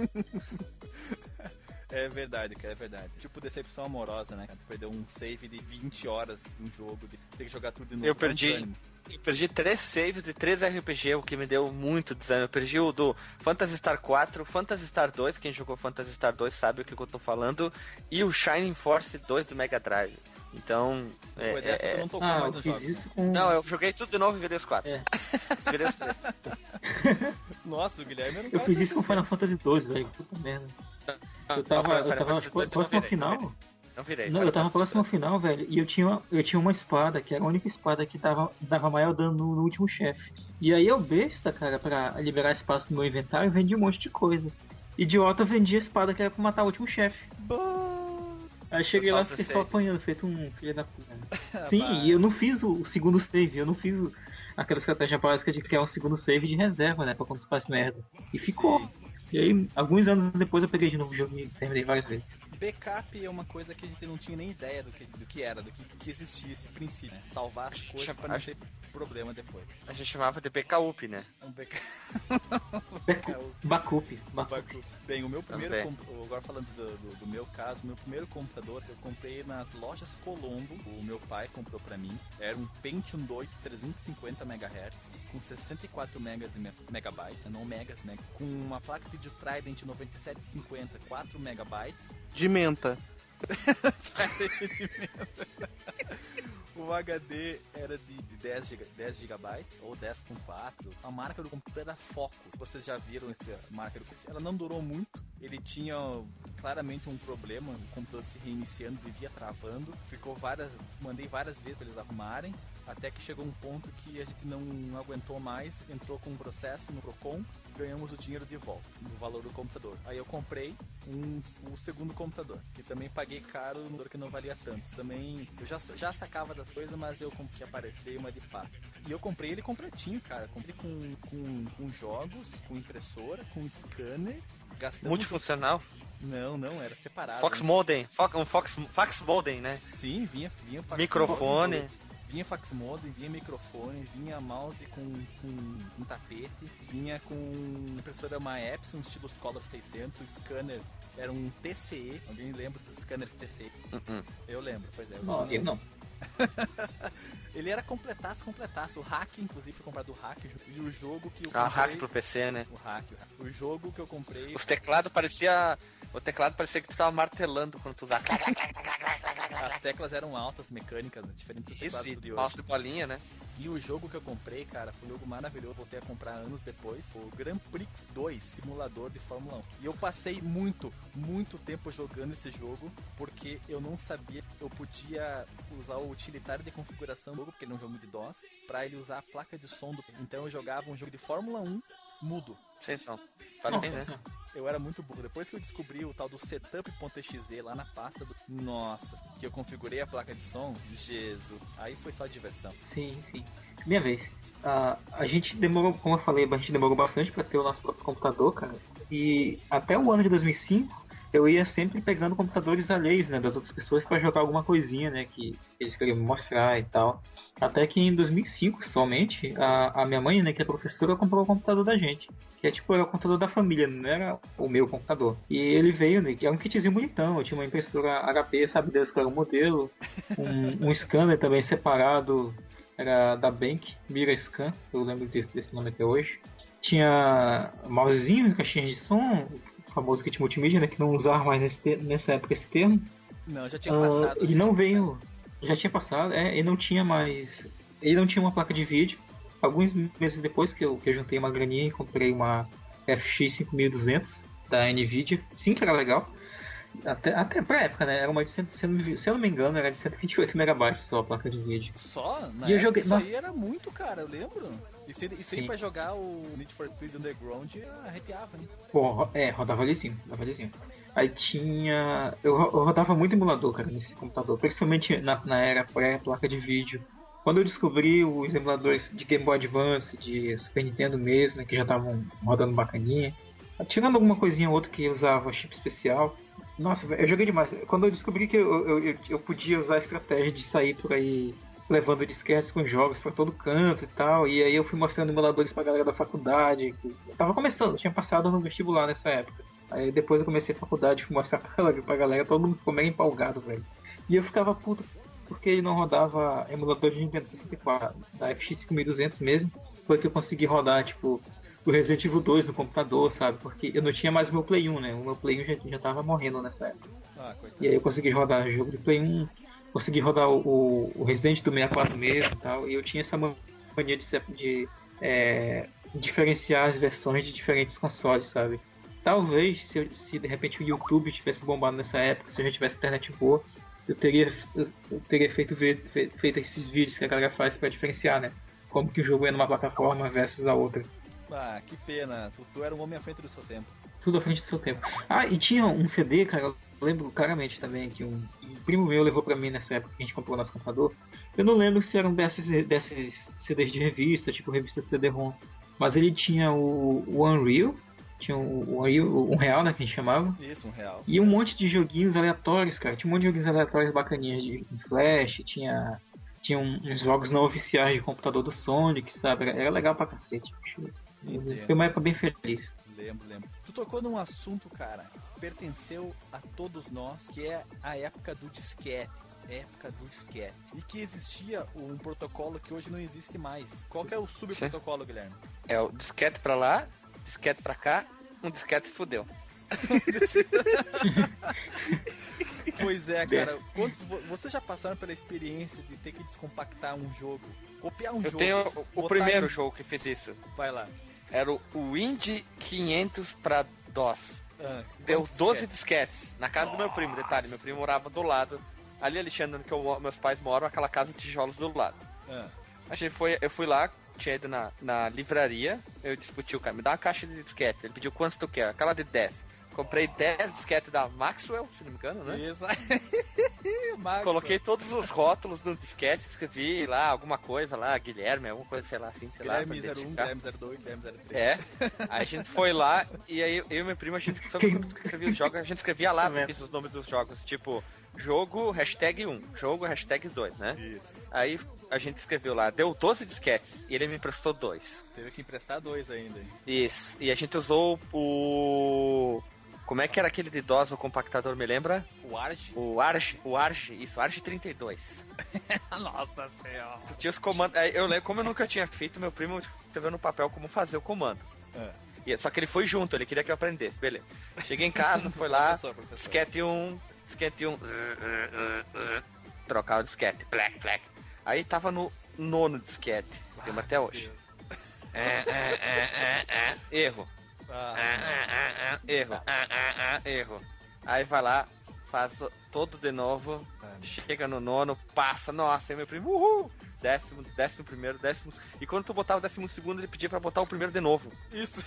É verdade, cara, é verdade. Tipo decepção amorosa, né? Tu perdeu um save de vinte horas de um jogo, de ter que jogar tudo de novo. Eu dá um perdi. desânimo. Eu perdi três saves de três R P G, o que me deu muito desânimo. Eu perdi o do Phantasy Star quatro, Phantasy Star dois, quem jogou Phantasy Star dois sabe o que eu tô falando, e o Shining Force dois do Mega Drive. Então. É, Depois dessa, é- tu não tocou Ah, mais eu no fiz jogo. isso com... Não, eu joguei tudo de novo e virei os quatro. É. Virei os três. Nossa, o Guilherme era um Eu cara fiz isso com persistente. Final Fantasy dois, velho. Puta merda. Eu tava, eu tava acho, Dois eu não próximo ao virei, final. Não virei. Não, eu tava próximo ao final, velho. E eu tinha, uma, eu tinha uma espada, que era a única espada que dava, dava maior dano no, no último chefe. E aí eu, besta, cara, pra liberar espaço no meu inventário, eu vendi um monte de coisa. Idiota, eu vendi a espada que era pra matar o último chefe. Aí cheguei lá e fiquei só apanhando, feito um filho da puta. Sim, e eu não fiz o, o segundo save, eu não fiz o, aquela estratégia básica de criar um segundo save de reserva, né? Pra quando tu faz merda. E ficou. Sim. E aí, alguns anos depois eu peguei de novo o jogo e terminei várias vezes. Backup é uma coisa que a gente não tinha nem ideia do que, do que era, do que, que existia esse princípio, né? Salvar as coisas chama, pra não ter problema depois. A gente chamava de backup, né? Um backup. Backup. Backup. Bem, o meu primeiro, comp... agora falando do, do, do meu caso, o meu primeiro computador eu comprei nas lojas Colombo, o meu pai comprou pra mim, era um Pentium dois trezentos e cinquenta megahertz, com sessenta e quatro megas de megabytes, não megas, né? Com uma placa de vídeo Trident noventa e sete cinquenta, quatro megabytes. De menta. de menta. O H D era de, de dez gigabytes ou dez ponto quatro. A marca do computador era Focus. Se vocês já viram essa marca do computador, ela não durou muito. Ele tinha claramente um problema, o computador se reiniciando, vivia travando. Ficou várias, mandei várias vezes para eles arrumarem, até que chegou um ponto que a gente não aguentou mais, entrou com um processo no Procon, ganhamos o dinheiro de volta, do valor do computador. Aí eu comprei um, um segundo computador, que também paguei caro, no que não valia tanto. Também, eu já, já sacava das coisas, mas eu comprei aparecer uma de pá. E eu comprei ele completinho, cara. Comprei com, com, com jogos, com impressora, com scanner. Gastamos... Multifuncional? Não, não, era separado. Fox né? Modem, Fo um Fox, fax modem, né? Sim, vinha, vinha fax microfone. Modem, vinha fax modem, vinha microfone, vinha mouse com, com um tapete, vinha com impressora uma Epson, estilo Scholar seiscentos, o scanner era um T C E. Alguém lembra dos scanners T C E? Uh-uh. Eu lembro, pois é. Eu não, eu não. Ele era completaço, completaço. O hack, inclusive, foi comprado o hack. E o jogo que eu comprei... Ah, comprei... hack pro P C, né? O hack, o hack. O jogo que eu comprei... Os teclados parecia... O teclado parecia que tu tava martelando quando tu usava. As teclas eram altas, mecânicas, né? Diferentes dos teclados Isso, de hoje. mouse de bolinha, né? E o jogo que eu comprei, cara, foi um jogo maravilhoso. Voltei a comprar anos depois. O Grand Prix dois, simulador de Fórmula um. E eu passei muito, muito tempo jogando esse jogo, porque eu não sabia que eu podia usar o utilitário de configuração do jogo, porque ele é um jogo de DOS, pra ele usar a placa de som do... Então eu jogava um jogo de Fórmula um mudo. Sem som. Parabéns, né? Eu era muito burro. Depois que eu descobri o tal do setup.exe lá na pasta do... Nossa, que eu configurei a placa de som, Jesus. Aí foi só diversão. Sim, sim. Minha vez. Uh, a gente demorou, como eu falei, a gente demorou bastante pra ter o nosso próprio computador, cara. E até o ano de dois mil e cinco, eu ia sempre pegando computadores alheios, né, das outras pessoas pra jogar alguma coisinha, né, que eles queriam me mostrar e tal. Até que em dois mil e cinco, somente, a, a minha mãe, né, que é professora, comprou o computador da gente. Que é tipo, era o computador da família, não era o meu computador. E ele veio, né, que era um kitzinho bonitão. Eu tinha uma impressora H P, sabe Deus qual era o modelo. Um, um scanner também separado, era da Bank, Mira Scan, eu lembro desse, desse nome até hoje. Tinha mousezinho, caixinha de som, o famoso kit multimídia, né, que não usava mais nesse, nessa época esse termo. Não, já tinha passado. Uh, ele não veio... Já tinha passado, é, ele não tinha mais... Ele não tinha uma placa de vídeo. Alguns meses depois que eu, que eu juntei uma graninha e comprei uma F X cinco mil e duzentos da Nvidia. Sim, que era legal. Até, até pra época, né? Era uma de cem, se eu não me engano, era de cento e vinte e oito megabytes só a placa de vídeo. Só? Na e eu joguei... Isso aí era muito, cara, eu lembro. E se, e se ele pra jogar o Need for Speed Underground, arrepiava, né? Pô, é, rodava ali sim, rodava ali sim. Aí tinha... Eu, eu rodava muito emulador, cara, nesse computador. Principalmente na, na era pré-placa de vídeo. Quando eu descobri os emuladores de Game Boy Advance, de Super Nintendo mesmo, né, que já estavam rodando bacaninha. Tirando alguma coisinha ou outra que usava chip especial. Nossa, eu joguei demais. Quando eu descobri que eu, eu, eu, eu podia usar a estratégia de sair por aí levando disquetes com jogos pra todo canto e tal, e aí eu fui mostrando emuladores pra galera da faculdade. Eu tava começando, eu tinha passado no vestibular nessa época. Aí depois eu comecei a faculdade, fui mostrar pra, pra galera, todo mundo ficou mega empolgado, velho. E eu ficava puto porque ele não rodava emulador de Nintendo sessenta e quatro, da F X cinco mil e duzentos mesmo. Foi que eu consegui rodar, tipo, o Resident Evil dois no computador, sabe? Porque eu não tinha mais o meu Play um, né? O meu Play um já, já tava morrendo nessa época. Ah, e aí eu consegui rodar o jogo de Play um, consegui rodar o, o Resident do sessenta e quatro mesmo e tal. E eu tinha essa mania de, de é, diferenciar as versões de diferentes consoles, sabe? Talvez, se, eu, se de repente o YouTube tivesse bombado nessa época, se eu já tivesse internet boa, eu teria, eu, eu teria feito, ver, feito esses vídeos que a galera faz pra diferenciar, né? Como que o jogo é numa plataforma versus a outra. Ah, que pena. Tu, tu era um homem à frente do seu tempo. Tudo à frente do seu tempo. Ah, e tinha um C D, cara, eu lembro claramente também que um, um primo meu levou pra mim nessa época que a gente comprou o nosso computador. Eu não lembro se eram desses, desses C Ds de revista, tipo revista C D-ROM. Mas ele tinha o, o Unreal, tinha o, o Unreal, um real, né, que a gente chamava. Isso, um real. E um monte de joguinhos aleatórios, cara. Tinha um monte de joguinhos aleatórios bacaninhas de, de Flash, tinha, tinha um, uns jogos não oficiais de computador do Sonic, sabe? Era, era legal pra cacete. Foi uma época bem feliz. Lembro, lembro. Tu tocou num assunto, cara, que pertenceu a todos nós, que é a época do disquete. Época do disquete. E que existia um protocolo que hoje não existe mais. Qual que é o subprotocolo, Guilherme? É o disquete pra lá, disquete pra cá, um disquete fudeu. Pois é, cara. Quantos, vocês já passaram pela experiência de ter que descompactar um jogo? Copiar um Eu jogo. tenho o, o primeiro em... jogo que fez isso. Vai lá. Era o, o Indy quinhentos pra DOS. Ah, Deu doze disquetes? disquetes na casa Nossa. do meu primo, detalhe. Meu primo morava do lado. Ali, Alexandre, que eu, meus pais moram, aquela casa de tijolos do lado. Ah. A gente foi, eu fui lá, tinha ido na, na livraria, eu discuti o cara, me dá uma caixa de disquete. Ele pediu quantos tu quer? Aquela de dez. Comprei dez disquetes da Maxwell, se não me engano, né? Isso. Coloquei todos os rótulos no disquete, escrevi lá alguma coisa lá, Guilherme, alguma coisa, sei lá, assim, sei Guilherme lá. zero um, Guilherme zero dois, Guilherme zero três. É. Aí a gente foi lá e aí eu e meu primo, a gente sabe quando escrevia os jogos, a gente escrevia lá os nomes dos jogos, tipo, jogo, hashtag um, jogo, hashtag dois, né? Isso. Aí a gente escreveu lá, deu doze disquetes e ele me emprestou dois. Teve que emprestar dois ainda. Isso. E a gente usou o... Como é que era aquele de DOS, o compactador, me lembra? O Arg? O Arg, o Arg, isso, Arg trinta e dois. Nossa senhora. Tu tinha os comandos, eu lembro, como eu nunca tinha feito, meu primo escreveu no papel como fazer o comando. É. E, só que ele foi junto, ele queria que eu aprendesse, beleza. Cheguei em casa, foi lá, professor, professor. disquete um, disquete um, trocar o disquete, plec, plec. Aí tava no nono disquete, lembro até hoje. É, é, é, é, é, erro. Ah, ah, ah, ah, erro, ah, ah, ah, erro. Aí vai lá, faz todo de novo, ah, chega no nono, passa, nossa, aí meu primo, uhul, décimo, décimo primeiro, décimo, e quando tu botava o décimo segundo, ele pedia pra botar o primeiro de novo. Isso.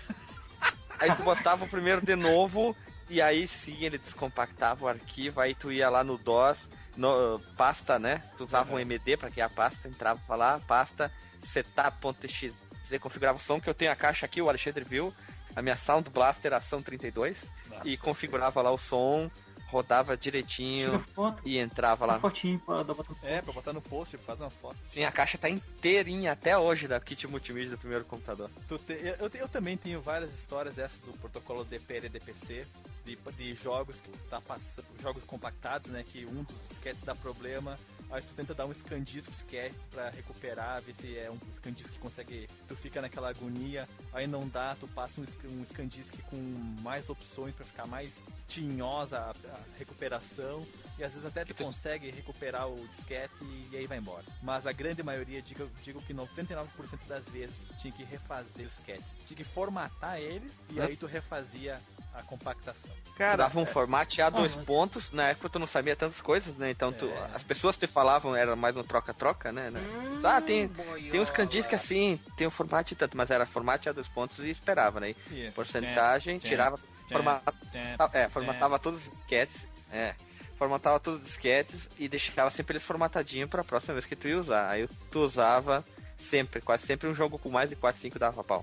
Aí tu botava o primeiro de novo, e aí sim ele descompactava o arquivo, aí tu ia lá no DOS, no, pasta, né, tu usava uhum. um M D pra criar a pasta, entrava lá, pasta, setup.txt, configurava o som, que eu tenho a caixa aqui, o Alexandre viu, a minha Sound Blaster Ação trinta e dois. Nossa, e configurava lá o som, rodava direitinho e entrava lá. Fotinho pra dar é, pra botar no post, fazer uma foto. Sim, a caixa tá inteirinha até hoje da kit multimídia do primeiro computador. Tu te, eu, eu também tenho várias histórias dessas do protocolo D P L D P C, de, de jogos que tá passando, jogos compactados, né, que um dos disquetes dá problema. Aí tu tenta dar um scandisc disquete pra recuperar, ver se é um scandisc que consegue... Tu fica naquela agonia, aí não dá, tu passa um, um scandisc com mais opções pra ficar mais tinhosa a, a recuperação. E às vezes até tu consegue recuperar o disquete e, e aí vai embora. Mas a grande maioria, digo, digo que noventa e nove por cento das vezes, tu tinha que refazer disquetes. Tinha que formatar eles e aí tu refazia a compactação. Cara, dava um é... formato a dois ah, pontos, na época tu não sabia tantas coisas, né? Então tu, é. as pessoas te falavam, era mais um troca-troca, né? né? Hum, ah, tem, tem uns candis que assim, tem um formato e tanto, mas era formato a dois pontos e esperava, né? E porcentagem, tchan, tirava, tchan, formatava, tchan, é, formatava tchan. todos os disquetes, é, formatava todos os disquetes e deixava sempre eles formatadinhos pra próxima vez que tu ia usar. Aí tu usava sempre, quase sempre um jogo com mais de quatro, cinco dava pau.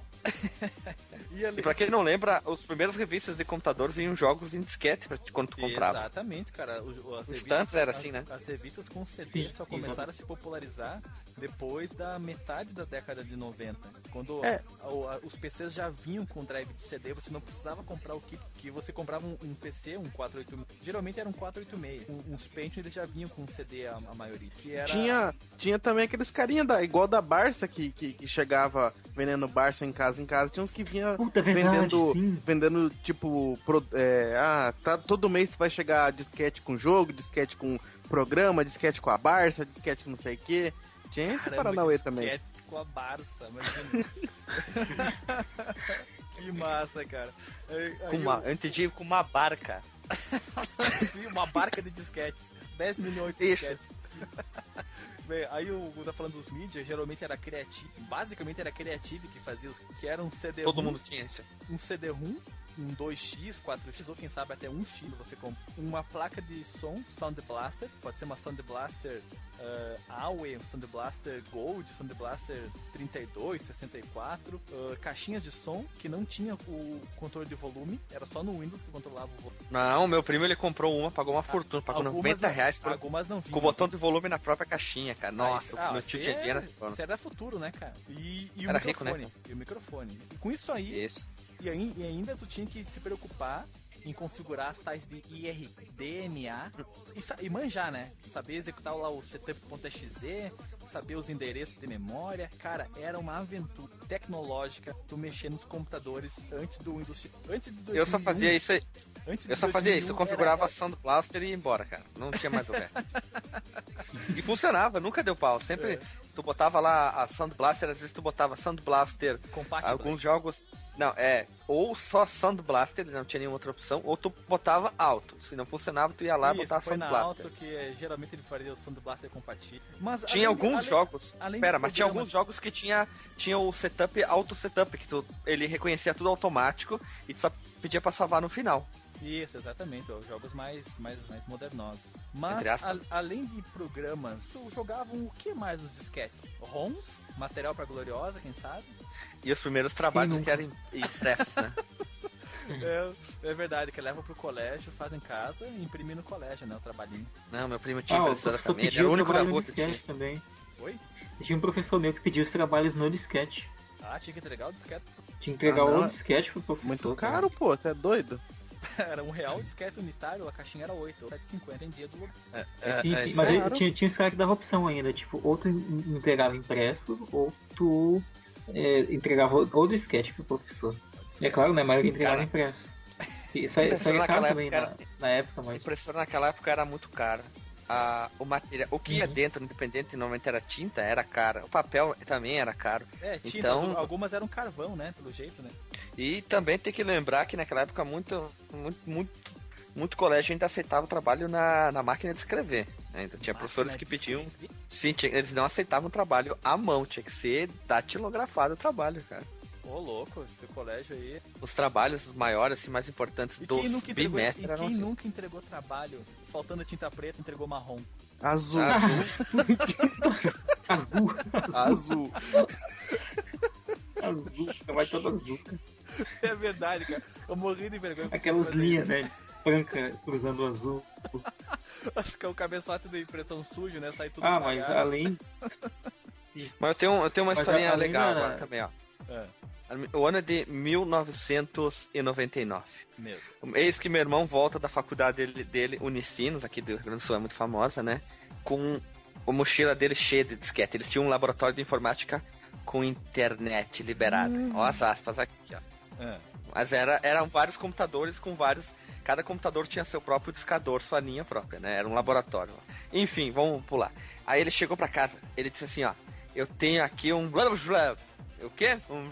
E, ali... e pra quem não lembra, os primeiros revistas de computador vinham jogos em disquete pra, quando tu comprava. Exatamente, cara. O, as os revistas era assim, né? As, as revistas com C D só começaram a se popularizar depois da metade da década de noventa. Quando é. a, a, os P Cs já vinham com drive de C D, você não precisava comprar o kit, que você comprava um, um P C, um quatrocentos e oitenta e seis. Geralmente era um quatrocentos e oitenta e seis. Um, uns Pentium eles já vinham com C D a, a maioria. Que era... tinha, tinha também aqueles carinha da, igual da Barça que, que, que chegava vendendo Barça em casa em casa. Tinha uns que vinha Puta, vendendo, verdade, vendendo tipo, pro, é, ah, tá, todo mês vai chegar disquete com jogo, disquete com programa, disquete com a Barça, disquete com não sei o que. Tinha esse Paranauê também. Disquete com a Barça, imagina. Que massa, cara. Aí, aí com uma, eu... Antes de ir com uma barca. Sim, uma barca de disquetes. dez milhões de Isso. disquetes. Bem, aí o tá falando dos mídias, geralmente era Creative, basicamente era Creative que fazia os, que era um C D-ROM. Todo mundo tinha isso. Um C D-ROM um dois x, quatro x, ou quem sabe até um x, você compra uma placa de som Sound Blaster, pode ser uma Sound Blaster uh, Aue, Sound Blaster Gold, Sound Blaster trinta e dois, sessenta e quatro, uh, caixinhas de som que não tinha o controle de volume, era só no Windows que controlava o volume. Não, meu primo ele comprou uma, pagou uma fortuna, pagou Algumas noventa não, reais por, algumas não vinham. com o botão de volume na própria caixinha, cara. Nossa, ah, meu tio você tinha dinheiro. é, você era futuro, né, cara? E, e o Era microfone. rico, né? E o microfone. E com isso aí, Isso. E, aí, e ainda tu tinha que se preocupar em configurar as tais de I R D M A e, e manjar, né? Saber executar lá o setup.exe, saber os endereços de memória. Cara, era uma aventura tecnológica tu mexer nos computadores antes do Windows. Antes de dois mil e um, Eu só fazia isso aí. Antes de Eu só fazia isso, eu configurava era... a Sound Blaster e ia embora, cara. Não tinha mais o resto. E funcionava, nunca deu pau. Sempre É. tu botava lá a Sound Blaster, às vezes tu botava Sound Blaster, Compatible. alguns jogos. Não, é, ou só Sound Blaster, não tinha nenhuma outra opção, ou tu botava alto. Se não funcionava, tu ia lá e Isso, botava foi Sound na Blaster. Auto, que é, geralmente ele faria o Sound Blaster compatível. Mas Tinha além de- alguns além- jogos. além Pera, de mas tinha programas- alguns jogos que tinha, tinha o setup, auto setup, que tu, ele reconhecia tudo automático e tu só pedia pra salvar no final. Isso, exatamente, ó, jogos mais, mais, mais modernosos. Mas, Entre aspas. a- além de programas, tu jogavam o que mais nos disquetes? ROMs, material pra Gloriosa, quem sabe? E os primeiros trabalhos nunca? que eram impressos, né? É, é verdade, que levam pro colégio, fazem em casa e imprimem no colégio, né, o trabalhinho. Não, meu primo tinha Ah, o impressora professor também, ele era pediu o o único da trabalho rua no que tinha. disquete também. Oi? Tinha um professor meu que pediu os trabalhos no disquete. Ah, tinha que entregar o disquete. Tinha que entregar Ah, não. o disquete pro professor. Muito cara. caro, pô, você é doido? Era um real o disquete unitário, a caixinha era oito, sete e cinquenta em dia do lugar. É, Tinha- é, tinha- isso mas aí. aí tinha, tinha os caras que dava opção ainda, tipo, ou tu en- entregava impresso, ou tu é, entregava o o disquete pro professor. É claro, né? Mas eu entregava Cara, impresso. Isso aí, isso impressora aí é caro naquela também época na, na época, A mas. impressora naquela época era muito cara. A, o material, o que ia Uhum. dentro, independente, normalmente era tinta, era cara. O papel também era caro. É, tinha, Então- mas algumas eram carvão, né, pelo jeito, né? E também tem que lembrar que naquela época muito, muito, muito, muito colégio ainda aceitava o trabalho na, na máquina de escrever. Ainda tinha professores que Máquina de pediam. escrever. Sim, tinha- eles não aceitavam o trabalho à mão, tinha que ser datilografado o trabalho, cara. Ô, louco, esse colégio aí. Os trabalhos maiores, assim, mais importantes E dos quem nunca entregou, bimestres e eram quem assim. nunca entregou trabalho faltando tinta preta, entregou marrom? Azul. Azul. Azul, Azul. azul, vai todo azul, cara. É verdade, cara. Eu morri de vergonha. quando Aquelas você fazer linhas, isso. né? Branca cruzando o azul. Acho que é o cabeçote da impressão sujo, né? Sai tudo Ah, mas cagado. além. Mas eu tenho, eu tenho uma Mas historinha além legal da- agora também, ó. É, O ano é de mil novecentos e noventa e nove. meu. Eis que meu irmão volta da faculdade dele, dele Unicinos, aqui do Rio Grande do Sul, é muito famosa, né? Com a mochila dele cheia de disquete. Eles tinham um laboratório de informática com internet liberada. Ó as aspas aqui, ó. É. Mas era, eram vários computadores com vários... Cada computador tinha seu próprio discador, sua linha própria, né? Era um laboratório. Enfim, vamos pular. Aí ele chegou pra casa, ele disse assim, ó... Eu tenho aqui um... O quê? Um...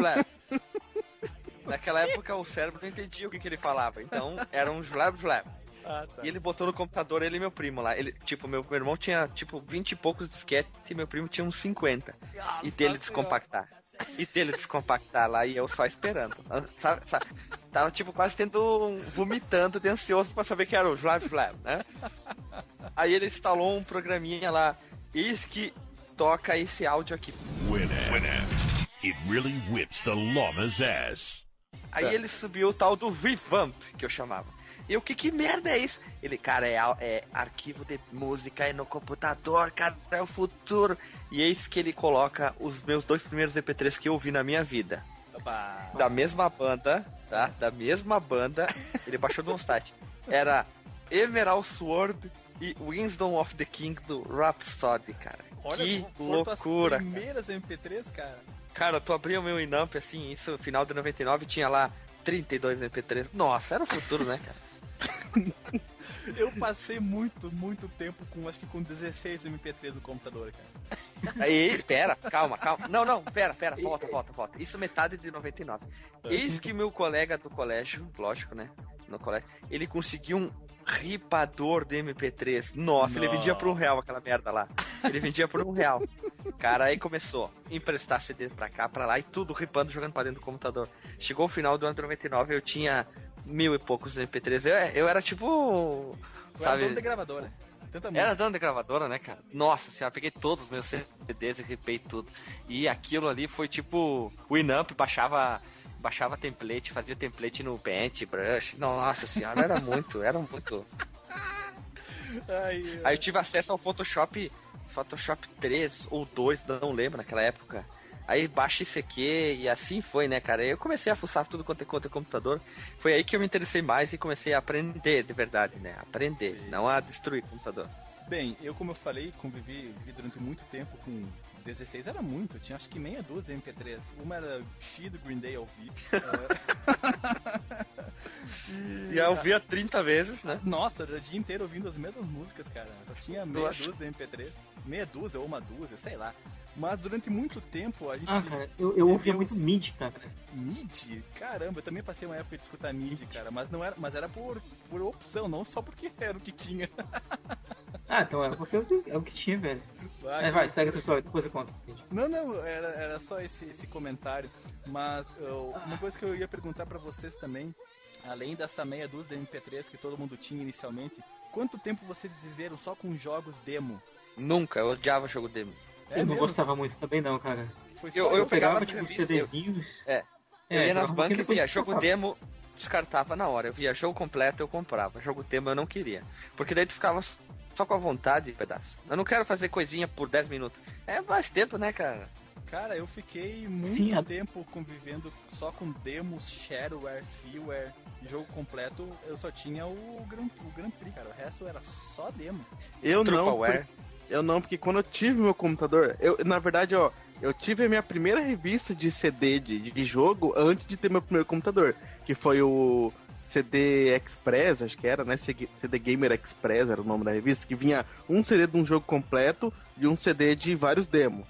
Naquela época o cérebro não entendia o que, que ele falava. Então era um... Ah, tá. E ele botou no computador, ele e meu primo lá. Ele, tipo, meu, meu irmão tinha, tipo, vinte e poucos disquetes e meu primo tinha uns cinquenta. E dele descompactar. E dele descompactar lá e eu só esperando. Sabe, sabe? Tava, tipo, quase tendo um, vomitando de ansioso pra saber que era o Vlav Vlav, né? Aí ele instalou um programinha lá. Eis que toca esse áudio aqui. Winamp. It really whips the llama's ass. Aí ele subiu o tal do Revamp, que eu chamava. E eu, que que merda é isso? Ele, cara, é, é arquivo de música aí no computador, cara, é o futuro. E eis que ele coloca os meus dois primeiros M P três que eu ouvi na minha vida. Opa. Da mesma banda, tá? Da mesma banda. Ele baixou de um site. Era Emerald Sword e Wisdom of the King do Rhapsody, cara. Olha, que foram tuas loucura, cara. primeiras M P três, cara. Cara, tu abria o meu Inamp, assim, isso no final de noventa e nove tinha lá trinta e dois M P três. Nossa, era o futuro, né, cara? Eu passei muito, muito tempo com, acho que com dezesseis M P três no computador, cara. Aí, espera, calma, calma. Não, não, pera, pera, volta, volta, volta. Isso metade de noventa e nove. Eis que meu colega do colégio, lógico, né? no colégio, ele conseguiu um ripador de M P três. Nossa, Não. ele vendia por um real aquela merda lá. Ele vendia por um real. Cara, aí começou a emprestar C D pra cá, pra lá, e tudo ripando, jogando pra dentro do computador. Chegou o final do ano de noventa e nove, eu tinha mil e poucos M P três. Eu, eu era tipo... Tu sabe? era dono de gravadora. Tanta música. Era dono de gravadora, né, cara? Nossa senhora, peguei todos os meus C Ds e ripei tudo. E aquilo ali foi tipo... O Inamp baixava... Baixava template, fazia template no Paintbrush. Nossa senhora, era muito, era muito. Ai, Aí eu tive acesso ao Photoshop, Photoshop três ou dois, não lembro, naquela época. Aí baixa isso aqui e assim foi, né, cara? Aí eu comecei a fuçar tudo quanto é quanto é computador. Foi aí que eu me interessei mais e comecei a aprender de verdade, né? Aprender, Sim. não a destruir o computador. Bem, eu como eu falei, convivi vivi durante muito tempo com dezesseis, era muito, tinha acho que meia dúzia de M P três. Uma era X do Green Day ao vivo. E eu ouvia trinta vezes, né? Nossa, era o dia inteiro ouvindo as mesmas músicas, cara. Eu tinha meia Nossa. dúzia de M P três. Meia dúzia ou uma dúzia, sei lá. Mas durante muito tempo a gente... Ah, cara, eu, eu ouvia viveu- muito mid, cara. Mid? Caramba, eu também passei uma época de escutar mid, cara. Mas não era, mas era por, por opção, não só porque era o que tinha. Ah, então é porque é o que- é o que tinha, velho. Ah, Mas vai, segue a tua história, depois eu conto. Não, não, era, era só esse, esse comentário. Mas eu- uma coisa que eu ia perguntar pra vocês também, além dessa meia dúzia de M P três que todo mundo tinha inicialmente, quanto tempo vocês viveram só com jogos demo? Nunca, eu odiava jogo demo. É eu não mesmo? gostava muito também não, cara. Foi só Eu- eu Eu pegava, pegava tipo, as revistas, eu- CDzinhos. É. Eu É, ia nas jogava um bancas e pouquinho, via depois jogo eu demo, descartava na hora. Eu via jogo completo, eu comprava. Jogo demo eu não queria. Porque daí tu ficava só com a vontade, pedaço. Eu não quero fazer coisinha por dez minutos. É mais tempo, né, cara? Cara, eu fiquei muito Sim, a- tempo convivendo só com demos, shareware, freeware, jogo completo. Eu só tinha o Grand, o Grand Prix, cara. O resto era só demo. Eu não, Trumpaware. por- eu não, porque quando eu tive meu computador, eu, na verdade, ó, eu tive a minha primeira revista de C D de, de jogo antes de ter meu primeiro computador, que foi o C D Express, acho que era, né? C D Gamer Express era o nome da revista, que vinha um C D de um jogo completo e um C D de vários demos.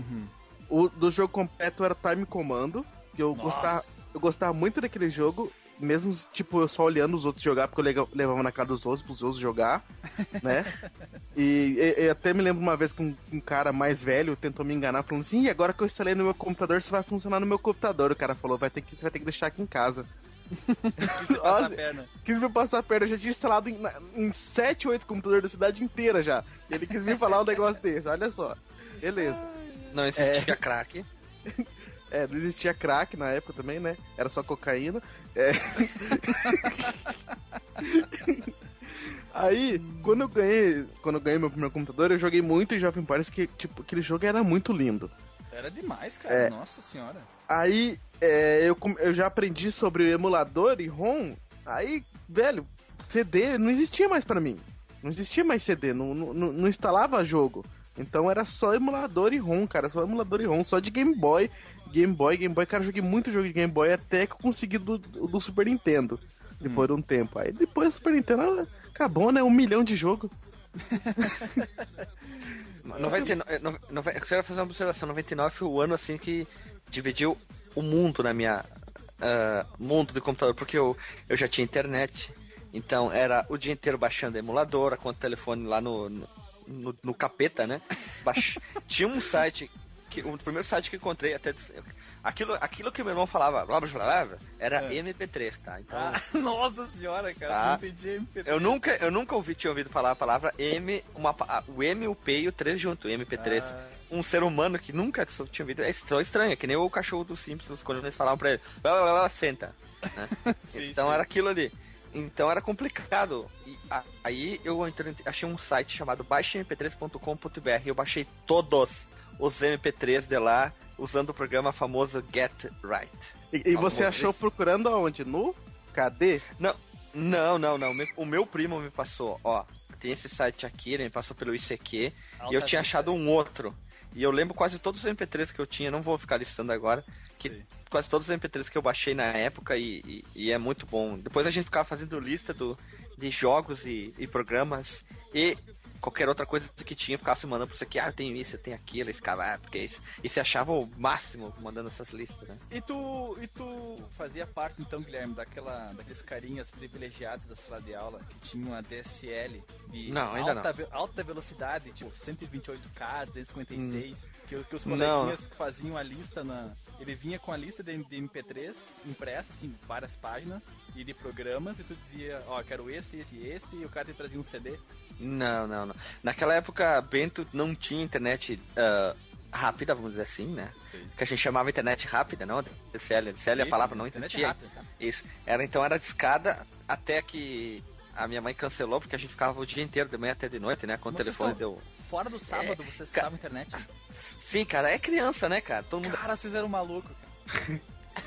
O do jogo completo era Time Commando, que eu Nossa. gostava, eu gostava muito daquele jogo, mesmo tipo eu só olhando os outros jogar, porque eu lega- levava na cara dos outros pros outros jogar, né? E, e- e até me lembro uma vez que um, um cara mais velho tentou me enganar, falando assim: "Ih, agora que eu instalei no meu computador, isso vai funcionar no meu computador." O cara falou: vai ter que, você vai ter que deixar aqui em casa. Quis passar a Nossa, perna. quis me passar a perna, eu já tinha instalado em, na- em sete, oito computadores da cidade inteira já. E ele quis me falar um negócio desse, olha só. Beleza. Não existia crack. É, não existia crack na época também, né? Era só cocaína. É. Aí, quando eu ganhei, quando eu ganhei meu primeiro computador, eu joguei muito em Jovem Party, que tipo, aquele jogo era muito lindo. Era demais, cara. É. Nossa senhora. Aí, é, eu, com- eu já aprendi sobre emulador e ROM. Aí, velho, C D não existia mais pra mim. Não existia mais C D, não, não, não- não instalava jogo. Então era só emulador e ROM, cara. Só emulador e ROM, só de Game Boy. Game Boy, Game Boy, cara, eu joguei muito jogo de Game Boy até que eu consegui do, do do Super Nintendo. Depois de um tempo. Aí depois do Super Nintendo acabou, né? Um milhão de jogo. noventa e nove, eh, no- nove- eu quero fazer uma observação. noventa e nove foi o ano assim que dividiu o mundo na minha ah, mundo do computador, porque eu, eu já tinha internet, então era o dia inteiro baixando emulador, com o telefone lá no, no, no- no capeta, né? Baix... tinha um site, que, o primeiro site que eu encontrei, até aquilo, aquilo que meu irmão falava, blá, blá, blá, blá, era É. M P três, tá? Então, Ah, nossa senhora, cara. Tá. Não entendi M P três. eu nunca, eu nunca ouvi, tinha ouvido falar a palavra M, uma, pa- o M, o P e o três junto, M P três. Ah. Um ser humano que nunca tinha ouvido, é estranho, estranho, é que nem o cachorro dos Simpsons, quando eles falavam pra ele, blá, blá, blá, blá, senta. né? Sim, então sim. era aquilo ali. Então era complicado. E a- aí eu entrei- achei um site chamado baixe m p três ponto com ponto b r. Eu baixei todos os M P três de lá, usando o programa famoso Get Right. E, e você Famoso achou esse. procurando aonde? No K D? Não, não, não, não. Me- O meu primo me passou, ó. Tem esse site aqui, ele me passou pelo I C Q. Alta E eu tinha vida. achado um outro. E eu lembro quase todos os M P três que eu tinha, não vou ficar listando agora. Que Sim. quase todos os M P três que eu baixei na época e, e- e é muito bom. Depois a gente ficava fazendo lista do, de jogos e, e programas. E qualquer outra coisa que tinha, ficava se mandando pra você que, ah, eu tenho isso, eu tenho aquilo, e ficava, ah, porque isso. E você achava o máximo mandando essas listas, né? E tu, e tu fazia parte, então, Guilherme, daquela, daqueles carinhas privilegiados da sala de aula que tinham a D S L de não, ainda alta, não. Ve- alta velocidade, tipo cento e vinte e oito K, duzentos e cinquenta e seis, hum. que, que os Não. coleguinhas faziam a lista na... Ele vinha com a lista de, de M P três impressa, assim, várias páginas, e de programas, e tu dizia, ó, oh, quero esse, esse e esse, e o cara te trazia um C D. Não, não, não. Naquela época, Bento não tinha internet uh, rápida, vamos dizer assim, né? Sim. Que a gente chamava internet rápida, não? D S L. D S L, a palavra não existia. Rápida, tá? Isso. Era, então era discada até que a minha mãe cancelou, porque a gente ficava o dia inteiro, de manhã até de noite, né? Quando o telefone estão... deu... Fora do sábado, É, você ca... acessava a internet? Sim, cara, é criança, né, cara? Todo mundo... Cara, vocês eram malucos, cara.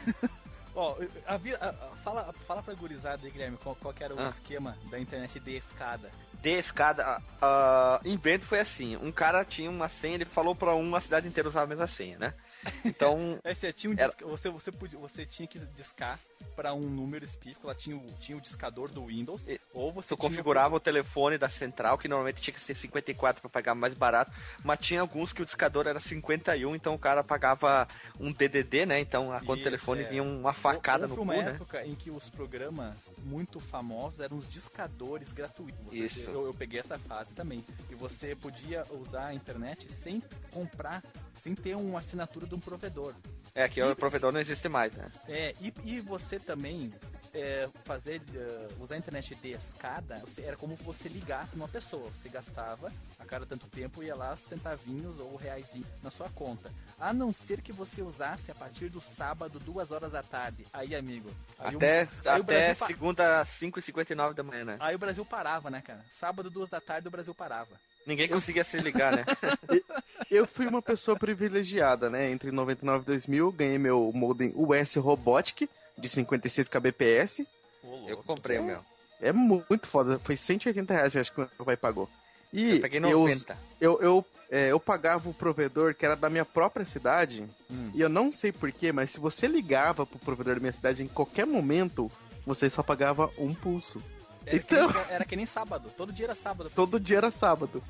Ó, a, a, a, fala, fala pra gurizada aí, Guilherme, qual, qual que era o ah. esquema da internet de escada? De escada, uh, em Bento foi assim, um cara tinha uma senha, ele falou pra um, a cidade inteira usava a mesma senha, né? Então... é, você, tinha um era... disca, você, você, podia, você tinha que discar para um número específico, ela tinha o, tinha o discador do Windows, e, ou você tu configurava o... o telefone da central, que normalmente tinha que ser cinquenta e quatro para pagar mais barato, mas tinha alguns que o discador era cinquenta e um, então o cara pagava um D D D, né? Então a conta do telefone é... vinha uma facada Houve no uma cu, né? época em que os programas muito famosos eram os discadores gratuitos. Você, Isso. Eu, eu peguei essa fase também. E você podia usar a internet sem comprar, sem ter uma assinatura de um provedor. É, que o provedor não existe mais, né? É, e, e você também é, fazer, uh, usar a internet de escada, você, era como você ligar numa pessoa. Você gastava, a cada tanto tempo, ia lá centavinhos ou reaisinhos na sua conta. A não ser que você usasse a partir do sábado, duas horas da tarde. Aí, amigo... Aí até o, aí até o segunda, cinco e cinquenta e nove da manhã, né? Aí o Brasil parava, né, cara? Sábado, duas da tarde, o Brasil parava. Ninguém conseguia se ligar, né? Eu fui uma pessoa privilegiada, né? Entre noventa e nove e dois mil, ganhei meu modem U S Robotic de cinquenta e seis kbps. Eu comprei o meu. É muito foda. Foi cento e oitenta reais, acho que o meu pai pagou. E eu peguei noventa. Eu, eu, eu, é, eu pagava o provedor que era da minha própria cidade. Hum. E eu não sei porquê, mas se você ligava pro provedor da minha cidade em qualquer momento, você só pagava um pulso. Era, então... que nem, era que nem sábado. Todo dia era sábado. Todo dia era sábado.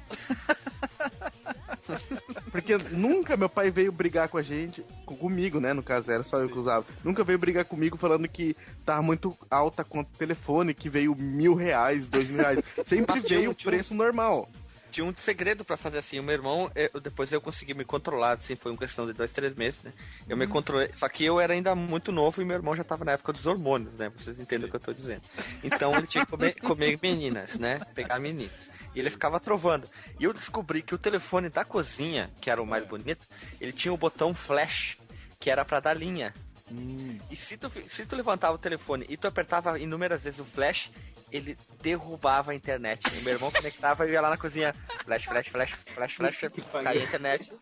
Porque nunca meu pai veio brigar com a gente, comigo, né? No caso, era só Sim. eu que usava. Nunca veio brigar comigo falando que tava muito alta a conta do telefone, que veio mil reais, dois mil reais. Sempre veio o preço normal. Tinha um segredo pra fazer assim. O meu irmão, eu, depois eu consegui me controlar, assim, foi uma questão de dois, três meses, né? Eu hum. me controlei. Só que eu era ainda muito novo e meu irmão já tava na época dos hormônios, né? Vocês entendem Sim. o que eu tô dizendo. Então ele tinha que comer, comer meninas, né? Pegar meninas. E ele ficava trovando. E eu descobri que o telefone da cozinha, que era o mais bonito, ele tinha o botão flash, que era pra dar linha. Hum. E se tu, se tu levantava o telefone e tu apertava inúmeras vezes o flash, ele derrubava a internet. E meu irmão conectava e ia lá na cozinha. Flash, flash, flash, flash, flash, caía a internet.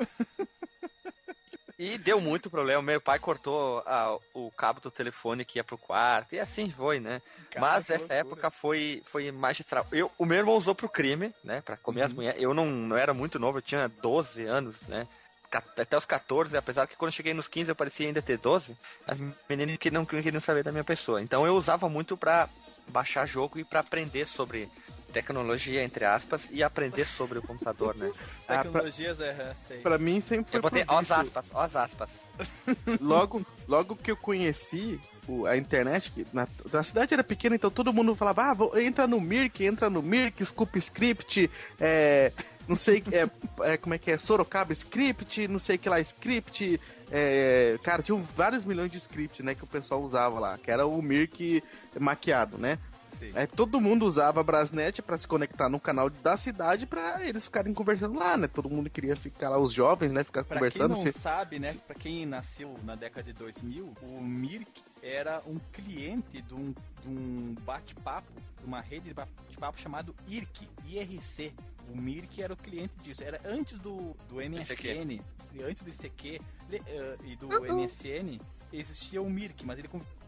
E deu muito problema. Meu pai cortou a, o cabo do telefone que ia pro quarto. E assim foi, né? Cara, Mas essa loucura. época foi, foi magistral. Eu, o meu irmão usou pro crime, né? Pra comer uhum. as mulheres. Eu não, não era muito novo, eu tinha doze anos, né? Até os catorze, apesar que quando eu cheguei nos quinze eu parecia ainda ter doze, as meninas que não queriam saber da minha pessoa. Então eu usava muito pra baixar jogo e pra aprender sobre tecnologia, entre aspas, e aprender sobre o computador, né? Tecnologias, ah, pra, é, sei. Pra mim sempre foi Eu botei ó as aspas, ó as aspas. Logo, logo que eu conheci o, a internet, que na, a cidade era pequena, então todo mundo falava, ah, vou, entra no Mirk, entra no Mirk, Scoop Script, é... não sei, é, é, como é que é, Sorocaba Script, não sei que lá, Script, é, cara, tinha vários milhões de scripts, né, que o pessoal usava lá, que era o Mirk maquiado, né? É, todo mundo usava a Brasnet pra se conectar no canal da cidade pra eles ficarem conversando lá, né? Todo mundo queria ficar lá, os jovens, né? Ficar pra conversando. Pra quem não se... sabe, né? Pra quem nasceu na década de dois mil, o Mirk era um cliente de um, de um bate-papo, de uma rede de bate-papo chamado I R C, I R C. O Mirk era o cliente disso. Era antes do, do M S N, antes do I C Q uh, e do uhum. M S N, existia o Mirk, mas ele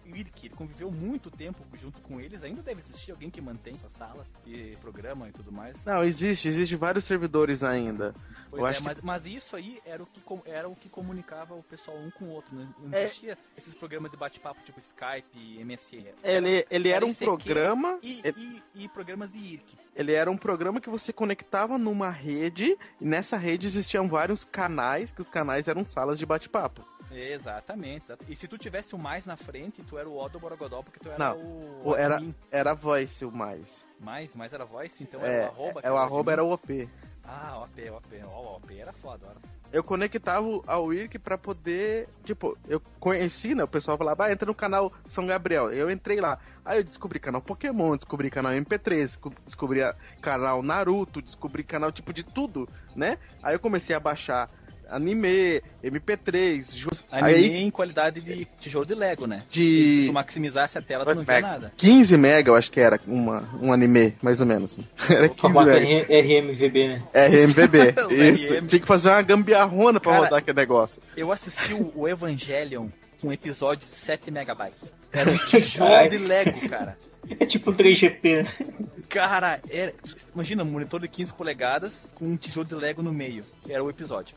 IRC conviveu muito tempo junto com eles, ainda deve existir alguém que mantém essas salas, esse programa e tudo mais. Não, existe, existe vários servidores ainda. Pois Eu é, acho mas, que... mas isso aí era o, que, com- era o que comunicava o pessoal um com o outro. Não, não É. existia esses programas de bate-papo tipo Skype, M S N. Ele, ele era um I C Q programa. E, Ele, e, e programas de IRC. ele era um programa que você conectava numa rede. E nessa rede existiam vários canais, que os canais eram salas de bate-papo. Exatamente, exato. E se tu tivesse o mais na frente, tu era o Odo Borogodó, porque tu era Não, o, o- era- admin. Era voice o mais. Mais, mais era voice, então É, era o arroba. que é, o arroba admin. era o O P. Ah, O P, O P. Ó, o O P era foda. Era... Eu conectava ao I R C pra poder. Tipo, eu conheci, né? O pessoal falava, ah, entra no canal São Gabriel. Eu entrei lá. Aí eu descobri canal Pokémon, descobri canal M P três, desco- descobri a- canal Naruto, descobri canal tipo de tudo, né? Aí eu comecei a baixar anime, M P três, just... Anime aí em qualidade de tijolo de Lego, né? De- Se tu maximizasse a tela, tu Dois não via mega. nada. quinze mega, eu acho que era uma, um anime, mais ou menos. Era quinze Formato mega. R M V B, né? R M V B. Os Isso. R M. Tinha que fazer uma gambiarrona pra Cara, rodar aquele negócio. Eu assisti o, o Evangelion com um episódio de sete megabytes. Era um tijolo de Lego, cara. É tipo três G P, né? Cara, era... imagina, um monitor de quinze polegadas com um tijolo de Lego no meio. Era o episódio.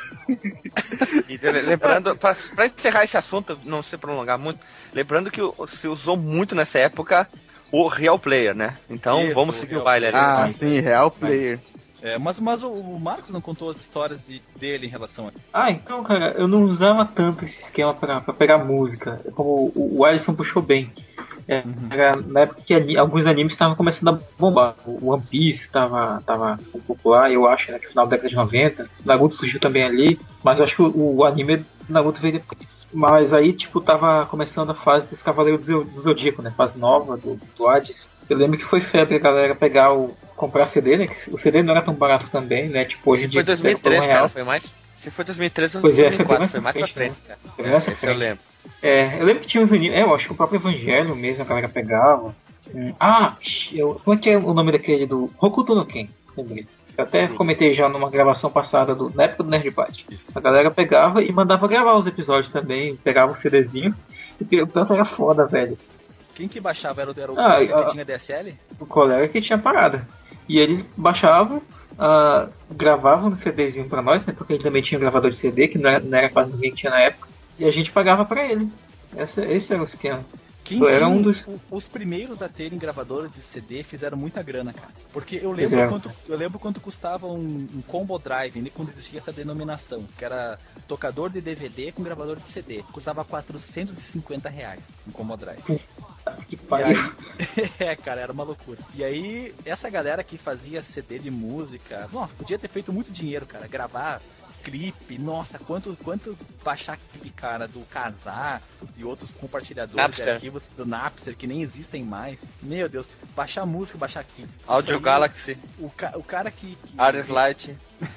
E le- lembrando, pra, pra encerrar esse assunto, não se prolongar muito, lembrando que o- se usou muito nessa época o Real Player, né? Então Isso, vamos o seguir Real o baile ali. Ah, sim, Real Player. É, mas mas o, o Marcos não contou as histórias de, dele em relação a... Ah, então, cara, eu não usava tanto esse esquema pra, pra pegar música. Como o, o Alisson puxou bem. É, era na época que ani- alguns animes estavam começando a bombar. O One Piece tava, tava popular, eu acho, né, que no final da década de noventa. Naruto surgiu também ali, mas eu acho que o, o anime do Naruto veio depois. Mas aí, tipo, tava começando a fase dos Cavaleiros do, do Zodíaco, né? Fase nova do, do Hades. Eu lembro que foi febre a galera pegar o... comprar C D, né? Que o C D não era tão barato também, né? Tipo, hoje em Se dia... foi dois mil e você pega por três, um cara, real. foi mais. Se foi dois mil e três ou Pois é, dois mil e quatro, foi foi mais mais pra pra frente, frente, cara. Foi mais pra Esse eu frente. lembro. É, eu lembro que tinha uns animes... É, eu acho que o próprio Evangelho mesmo, a galera pegava. Hum, Ah, eu, como é que é o nome daquele do... Hokuto no Ken, lembrei. Eu até comentei já numa gravação passada, do, na época do Nerdpad. A galera pegava e mandava gravar os episódios também, pegava um CDzinho. E o tanto era foda, velho. Quem que baixava? Era o, era o Ah, colega ah. que tinha D S L? O colega que tinha parada. E eles baixavam, ah, gravavam no CDzinho pra nós, né? Porque a gente também tinha um gravador de C D, que não era, não era quase ninguém que tinha na época. E a gente pagava pra ele. Essa, esse era o esquema. Quem, Era quem- um dos- o- os primeiros a terem gravadores de C D fizeram muita grana, cara. Porque eu lembro Fizeram. quanto, eu lembro quanto custava um, um combo drive, né, quando existia essa denominação, que era tocador de D V D com gravador de C D. Custava quatrocentos e cinquenta reais um combo drive. Que E pariu. aí, é, cara, era uma loucura. E aí, essa galera que fazia C D de música, nossa, podia ter feito muito dinheiro, cara. Gravar clipe, nossa, quanto, quanto baixar clipe, cara, do Casar e outros compartilhadores Napster. de arquivos do Napster que nem existem mais. Meu Deus, baixar música, baixar clipe. Audio Isso aí, Galaxy, O, ca- o cara que. que Ares Light.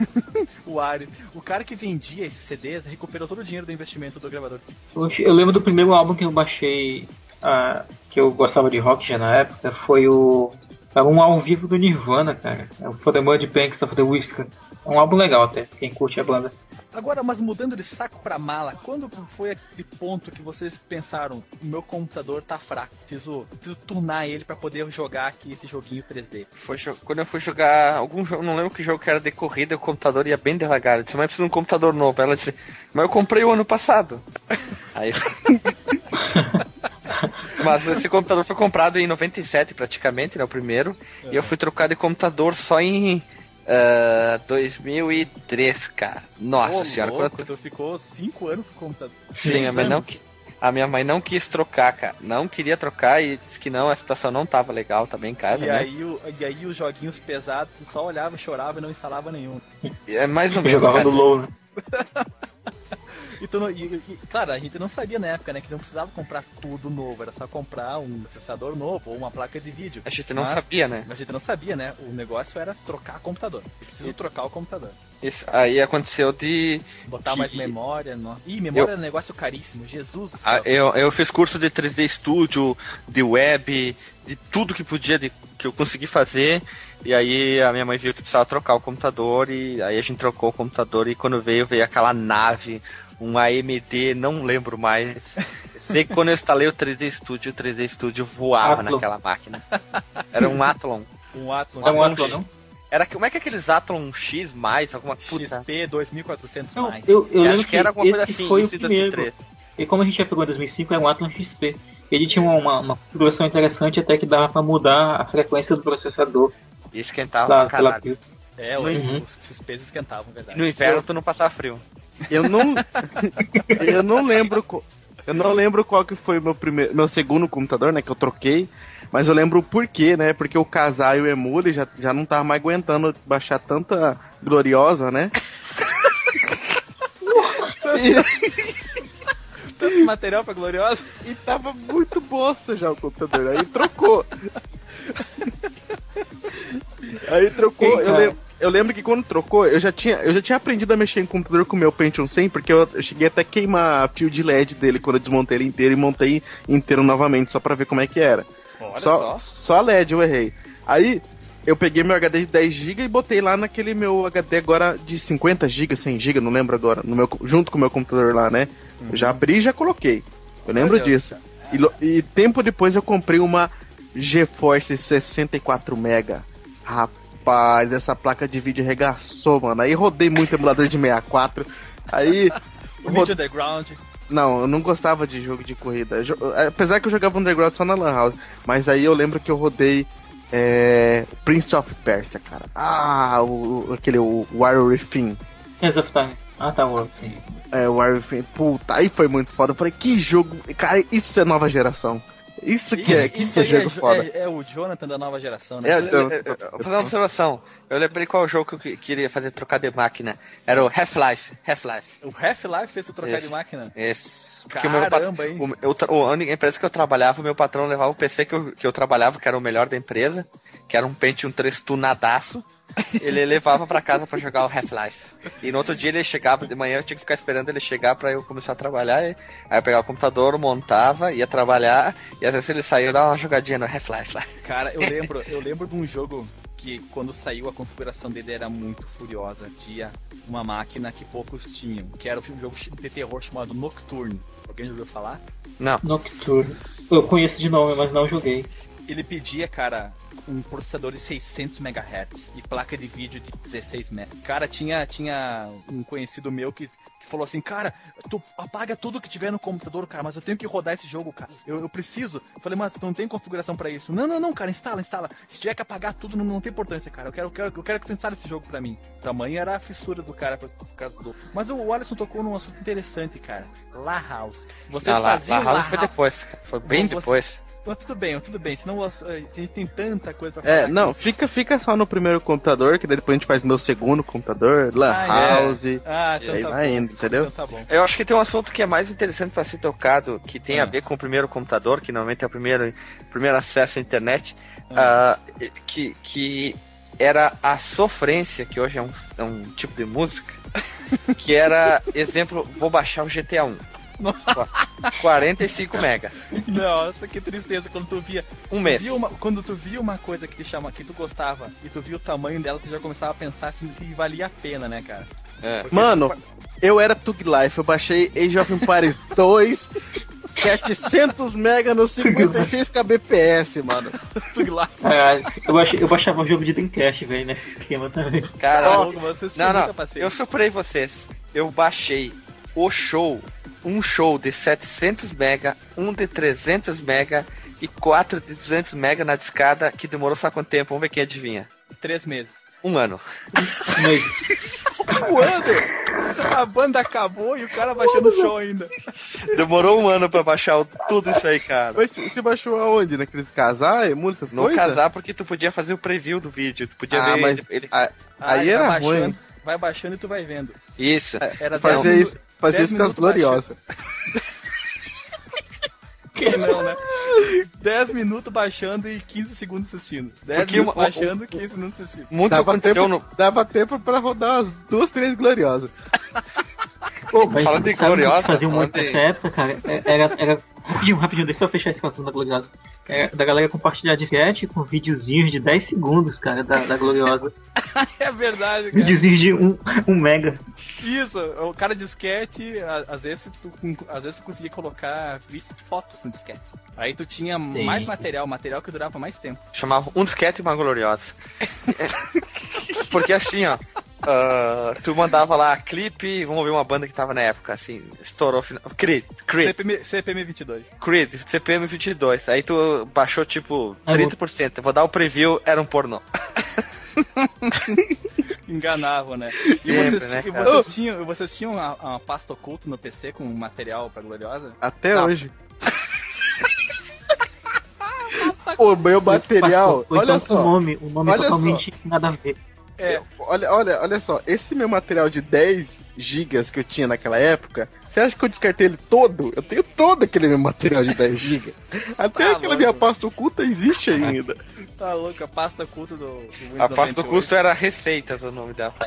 O Ares. O cara que vendia esses C Ds recuperou todo o dinheiro do investimento do gravador de C D. Eu, eu lembro do primeiro álbum que eu baixei, ah, que eu gostava de rock já na época, foi o... Era um ao vivo do Nirvana, cara. É o For the Mud Banks of the Whisker. É um álbum legal até, quem curte a banda. Agora, mas mudando de saco pra mala, quando foi aquele ponto que vocês pensaram, o meu computador tá fraco, preciso, preciso tunar ele pra poder jogar aqui esse joguinho três D? Foi jo- quando eu fui jogar algum jogo, não lembro que jogo que era de corrida, o computador ia bem devagar. Eu disse, mas preciso de um computador novo. Ela disse, mas eu comprei o ano passado. Aí. Mas esse computador foi comprado em noventa e sete praticamente, né, o primeiro. E eu fui trocar de computador só em ah, dois mil e três, cara. Nossa Ô, senhora. louco, Quando eu... tu ficou cinco anos com o computador. Sim, Seis a minha, não, anos. qui- a minha mãe não quis trocar, cara. Não queria trocar e disse que não, a situação não tava legal também em casa, E né? aí, o- e aí os joguinhos pesados, tu só olhava, chorava e não instalava nenhum. É mais ou Eu menos, jogava cara. no LoL, né? E, tu não- e- e- claro, a gente não sabia na época, né, que não precisava comprar tudo novo, era só comprar um processador novo ou uma placa de vídeo. A gente não Mas- sabia, né? A gente não sabia, né? O negócio era trocar computador. Eu preciso trocar o computador. Isso, aí aconteceu de... Botar Que- mais memória. No... Ih, memória é um negócio caríssimo. Jesus do céu. Ah, eu, eu fiz curso de três D Studio, de web, de tudo que podia, de, que eu consegui fazer. E aí a minha mãe viu que precisava trocar o computador e aí a gente trocou o computador e quando veio, veio aquela nave um A M D, não lembro mais. Sei que quando eu instalei o três D Studio, o três D Studio voava Athlon. naquela máquina. Era um Athlon. Um Athlon. É um Athlon, não? Era, como é que é aqueles Athlon X mais, alguma puta? X P dois mil e quatrocentos Não, mais. eu, eu Eu lembro acho que era alguma coisa esse assim, foi o isso em dois mil e primeiro. três. E como a gente já pegou em dois mil e cinco, é um Athlon X P. Ele tinha uma, uma configuração interessante até que dava pra mudar a frequência do processador. E esquentava Lá, pra pela caralho. pila. É, os, Uhum. os X Ps esquentavam, verdade. No inverno tu não passava frio. Eu não. eu não lembro. co- Eu não lembro qual que foi meu primeiro. Meu segundo computador, né? Que eu troquei. Mas eu lembro o porquê, né? Porque o Kazaa e o Emule já, já não tava mais aguentando baixar tanta gloriosa, né? Tanto material pra Gloriosa. E tava muito bosta já o computador. Aí trocou. Aí trocou. Sim, Eu, cara. lem- eu lembro que quando trocou, eu já tinha, eu já tinha aprendido a mexer em computador com o meu Pentium cem, porque eu, eu cheguei até a queimar fio de L E D dele quando eu desmontei ele inteiro e montei inteiro novamente, só pra ver como é que era. Olha Só, só. só L E D eu errei. Aí eu peguei meu H D de dez gigas e botei lá naquele meu H D agora de cinquenta gigas, cem gigas, não lembro agora, no meu, junto com o meu computador lá, né? Eu já abri e já coloquei. Eu lembro Meu Deus disso. E, lo- e tempo depois eu comprei uma GeForce sessenta e quatro mega. Rapaz, essa placa de vídeo arregaçou, mano. Aí rodei muito emulador de sessenta e quatro. Aí. O rod- Media Underground. Não, eu não gostava de jogo de corrida. Jo- Apesar que eu jogava Underground só na Lan House. Mas aí eu lembro que eu rodei é, Prince of Persia, cara. Ah, o, aquele o Warrior Within. Hands of Time. Ah, tá, bom. Sim. É, o Warrior Within. Puta, aí foi muito foda. Eu falei, que jogo. Cara, isso é nova geração. Isso que é, que Isso é aí jogo é, foda. é, é o Jonathan da nova geração, né? É, cara? então- Eu- eu- eu- Vou fazer uma observação. Eu lembrei qual jogo que eu que- queria fazer trocar de máquina. Era o Half-Life. Half-Life. O Half-Life fez tu trocar Isso. de máquina. Esse. Caramba, hein? o, eu, tra- o- a empresa que eu trabalhava, o meu patrão levava o P C que eu, que eu trabalhava, que era o melhor da empresa, que era um Pentium três tunadaço. Ele levava pra casa pra jogar o Half-Life. E no outro dia ele chegava de manhã, eu tinha que ficar esperando ele chegar pra eu começar a trabalhar. E, aí eu pegava o computador, montava, ia trabalhar, e às vezes ele saía e dava uma jogadinha no Half-Life lá. Cara, eu lembro, eu lembro de um jogo que quando saiu a configuração dele era muito furiosa. Tinha uma máquina que poucos tinham, que era um jogo de terror chamado Nocturne. Alguém já ouviu falar? Não. Nocturne. Eu conheço de nome, mas não joguei. Ele pedia, cara, um processador de seiscentos megahertz e placa de vídeo de dezesseis mega. Cara, tinha, tinha um conhecido meu que, que falou assim, cara, tu apaga tudo que tiver no computador, cara, mas eu tenho que rodar esse jogo, cara. Eu, eu preciso. Eu falei, mas tu não tem configuração pra isso. Não, não, não, cara, instala, instala. Se tiver que apagar tudo, não, não tem importância, cara. Eu quero, eu quero, eu quero que tu instale esse jogo pra mim. O tamanho era a fissura do cara por, por causa do... Mas o Alisson tocou num assunto interessante, cara. La House. Vocês Não, lá, faziam lá La foi House... depois, cara. Foi bem Você- depois. Mas tudo bem, tudo bem, senão a gente tem tanta coisa pra falar. É, aqui. não, fica, fica só no primeiro computador, que daí depois a gente faz meu segundo computador, Lan Ah, é. House, Ah, e então aí tá vai bom. indo, entendeu? Então tá bom. Eu acho que tem um assunto que é mais interessante para ser tocado, que tem a Ah. ver com o primeiro computador, que normalmente é o primeiro, primeiro acesso à internet, Ah. ah, que, que era a sofrência, que hoje é um, é um tipo de música, que era, exemplo, vou baixar o G T A um. quarenta e cinco mega. Nossa, que tristeza quando tu via. Um tu mês. via uma- quando tu via uma coisa que te chama, que tu gostava e tu via o tamanho dela, tu já começava a pensar se, se valia a pena, né, cara? É. Porque Mano, tu- eu era Tug Life, eu baixei Age of Empires dois, setecentos mega no cinquenta e seis kbps, mano. tu lá. Caralho, eu, baixei, eu baixava o jogo de Dreamcast, velho, nesse esquema também. Cara, Ó, vocês tinham não, não, muita paciência. eu superei vocês. Eu baixei o show, um show de setecentos mega, um de trezentos mega e quatro de duzentos mega na discada, que demorou só quanto tempo? Vamos ver quem adivinha. Três meses. Um ano. Mas, Um ano! A banda acabou e o cara baixando o show ainda. Demorou um ano pra baixar o- tudo isso aí, cara. Mas você baixou aonde? Naqueles casar, emule, essas No coisas? casar, porque tu podia fazer o preview do vídeo. Tu podia Ah, ver mas ele. ele- a- Ah, aí ele era vai ruim. baixando, vai baixando e tu vai vendo. Isso. Era Fazer dez isso, fazer dez isso com as minutos gloriosas. Quem não, né? dez minutos baixando e quinze segundos assistindo. dez Porque minutos uma- baixando e quinze minutos assistindo. Muito Dava aconteceu tempo, no. dava tempo pra rodar as duas, três gloriosas. pô, mas Falando em sabe o que gloriosa, fazia falando muito em- nessa época, cara? É- Era, era Rapidinho, rapidinho, deixa eu fechar esse assunto da Gloriosa. É, da galera compartilhar disquete com videozinhos de dez segundos, cara, da, da Gloriosa. É verdade, cara. Videozinhos de um, um mega. Isso, o cara disquete, a- às vezes tu, às vezes tu conseguia colocar vídeos, fotos no disquete. Aí tu tinha Sim. mais material, material que durava mais tempo. Chamava um disquete e uma gloriosa. Porque assim, ó. Uh, tu mandava lá clipe, vamos ver uma banda que tava na época, assim, estourou final. Creed, Creed, C P M, C P M vinte e dois. Creed, C P M vinte e dois. Aí tu baixou tipo Ah, trinta por cento. Eu vou dar o preview, era um pornô. Enganavam, né? E Sempre, vocês, né, e cara? vocês tinham, vocês tinham uma, uma pasta oculta no P C com material pra Gloriosa? Até Não. hoje. O meu material, Ou olha então só. O nome, o nome olha totalmente nada a ver. É. Olha, olha, olha só, esse meu material de dez gigas que eu tinha naquela época, você acha que eu descartei ele todo? Eu tenho todo aquele meu material de dez gigas. Até Tá, aquela nossa. minha pasta oculta existe ainda. Tá louco, a pasta oculta do, do Windows A pasta do noventa e oito. custo era receitas, o nome dela.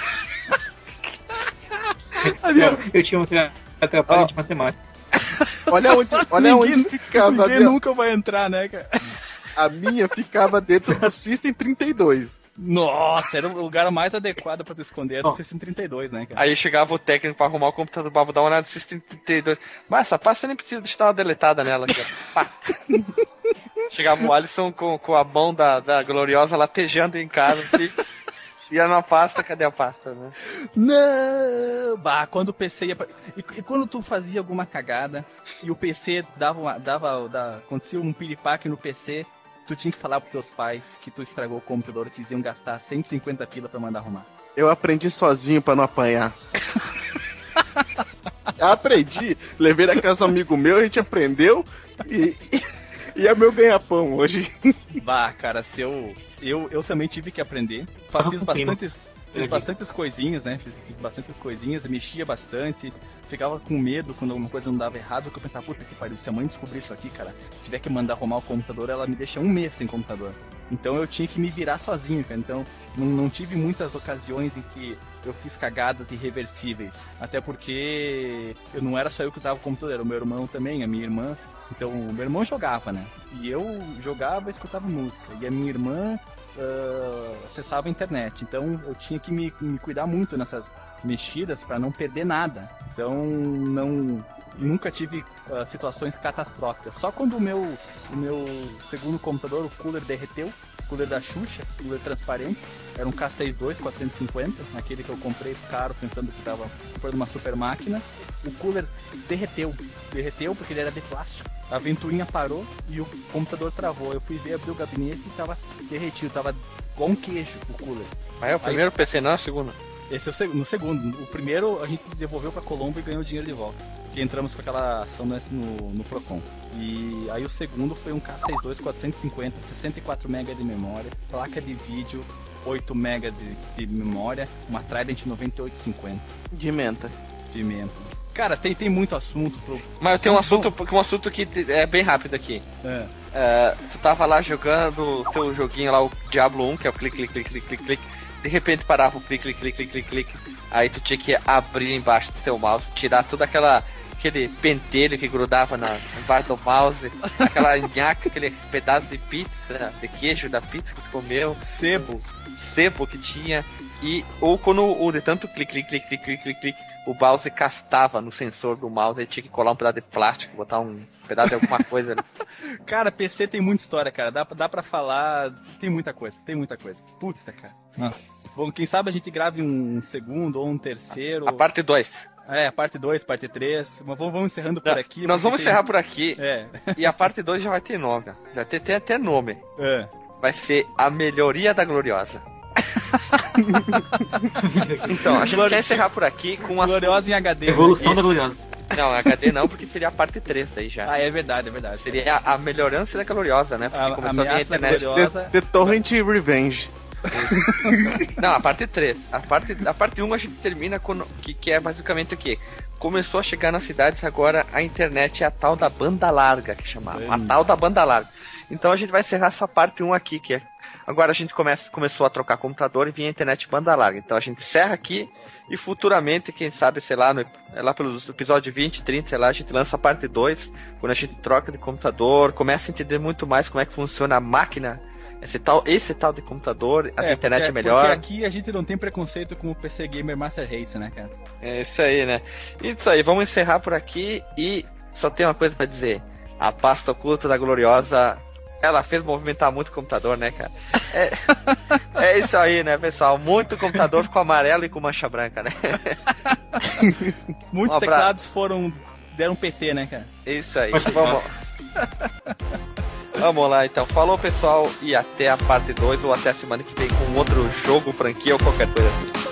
Eu, eu tinha um tra- atrapalho Ó. de matemática. Olha onde, olha Ninguém- onde ficava. Ninguém a minha- nunca vai entrar, né, cara? A minha ficava dentro do System trinta e dois. Nossa, era o lugar mais adequado pra tu esconder do Ó. System trinta e dois, né, cara? Aí chegava o técnico pra arrumar o computador, bah, vou dar uma olhada no System trinta e dois. Mas essa pasta nem precisa de dar uma deletada nela aqui, ó. Pá. Chegava o Alisson com, com a mão da, da Gloriosa latejando em casa, assim. Ia na pasta, cadê a pasta, né? Não! Bah, quando o P C ia pra... e, e quando tu fazia alguma cagada e o P C dava, uma, dava da... acontecia um piripaque no P C, tu tinha que falar pros teus pais que tu estragou o computador, que eles iam gastar cento e cinquenta pila pra mandar arrumar. Eu aprendi sozinho pra não apanhar. Eu aprendi, levei na casa do amigo meu, a gente aprendeu e, e, e é meu ganha-pão hoje. Bah, cara, se eu, eu, eu também tive que aprender. Fa- Ah, Fiz com queima. bastantes, fiz bastantes coisinhas, né? Fiz, fiz bastantes coisinhas, mexia bastante. Ficava com medo quando alguma coisa não dava errado, que eu pensava, puta que pariu, se a mãe descobrir isso aqui, cara, tiver que mandar arrumar o computador, ela me deixa um mês sem computador. Então eu tinha que me virar sozinho, cara. Então não, não tive muitas ocasiões em que eu fiz cagadas irreversíveis. Até porque eu não era só eu que usava o computador, era o meu irmão também, a minha irmã. Então o meu irmão jogava, né? E eu jogava e escutava música. E a minha irmã uh, acessava a internet. Então eu tinha que me, me cuidar muito nessas mexidas para não perder nada. Então não nunca tive uh, situações catastróficas. Só quando o meu o meu segundo computador, o cooler derreteu, o cooler da Xuxa, cooler transparente, era um K sessenta e dois quatrocentos e cinquenta, aquele que eu comprei caro pensando que estava por uma super máquina. O cooler derreteu, derreteu porque ele era de plástico. A ventoinha parou e o computador travou. Eu fui ver, abri o gabinete e tava derretido, tava igual um queijo o cooler. Mas é o primeiro P C, não é o segundo. Esse é o seg- no segundo. O primeiro a gente devolveu pra Colombo e ganhou o dinheiro de volta. Porque entramos com aquela ação no, no, no Procon. E aí o segundo foi um K sessenta e dois quatrocentos e cinquenta, sessenta e quatro megabytes de memória, placa de vídeo, oito megabytes de, de memória, uma Trident noventa e oito cinquenta De menta. de memória. Cara, tem, tem muito assunto pro... Mas eu tenho um assunto, um assunto que é bem rápido aqui. É. É, tu tava lá jogando o teu joguinho lá, o Diablo um, que é o clique, clique, clique, clique, clique, clique. De repente parava o clique, clique, clique, clique, clique, clique. Aí tu tinha que abrir embaixo do teu mouse, tirar todo aquela, aquele pentelho que grudava na, embaixo do mouse, aquela nhaca, aquele pedaço de pizza, de queijo da pizza que tu comeu, Sebo. sebo que tinha. E, ou quando o de tanto clique, clique, clique, clique, clique, clique, clique, o mouse castava no sensor do mouse, aí tinha que colar um pedaço de plástico, botar um pedaço de alguma coisa ali. Cara, P C tem muita história, cara. Dá, dá pra falar. Tem muita coisa, tem muita coisa. Puta, cara. Nossa. Bom, quem sabe a gente grave um segundo ou um terceiro. A parte dois. É, a parte dois, parte três. Mas vamos, vamos encerrando por aqui. Nós vamos tem- encerrar por aqui. É. E a parte dois já vai ter nome. ó. Já tem, tem até nome. é. Vai ser a melhoria da Gloriosa. Então, a gente Glori- quer encerrar por aqui com uma. Gloriosa em H D. né? Evolução da Gloriosa. Não, H D não, porque seria a parte três daí já. Ah, é verdade, é verdade. Seria a, a melhorança da Gloriosa, né? Porque A- começou a vir a ameaça da internet. Gloriosa. The, The Torrent Revenge. Não, a parte três. A parte, a parte um a gente termina com. Que, que é basicamente o quê? Começou a chegar nas cidades agora a internet é a tal da banda larga que chamava. A Banda. tal da banda larga. Então a gente vai encerrar essa parte um aqui, que é Agora a gente começa, começou a trocar computador e vinha a internet banda larga. Então a gente encerra aqui e futuramente, quem sabe, sei lá, no, lá pelos episódios vinte, trinta, sei lá, a gente lança a parte dois, quando a gente troca de computador, começa a entender muito mais como é que funciona a máquina, esse tal, esse tal de computador, a É, internet porque, é melhor. Porque aqui a gente não tem preconceito com o P C Gamer Master Race, né, cara? É isso aí, né? Isso aí, vamos encerrar por aqui e só tem uma coisa pra dizer. A pasta oculta da Gloriosa, ela fez movimentar muito o computador, né, cara? É, é isso aí, né, pessoal? Muito computador ficou amarelo e com mancha branca, né? Muitos Um abra- teclados foram... deram P T, né, cara? Isso aí, vamos... Vamos lá, então. Falou, pessoal, e até a parte dois ou até a semana que vem com outro jogo, franquia ou qualquer coisa assim.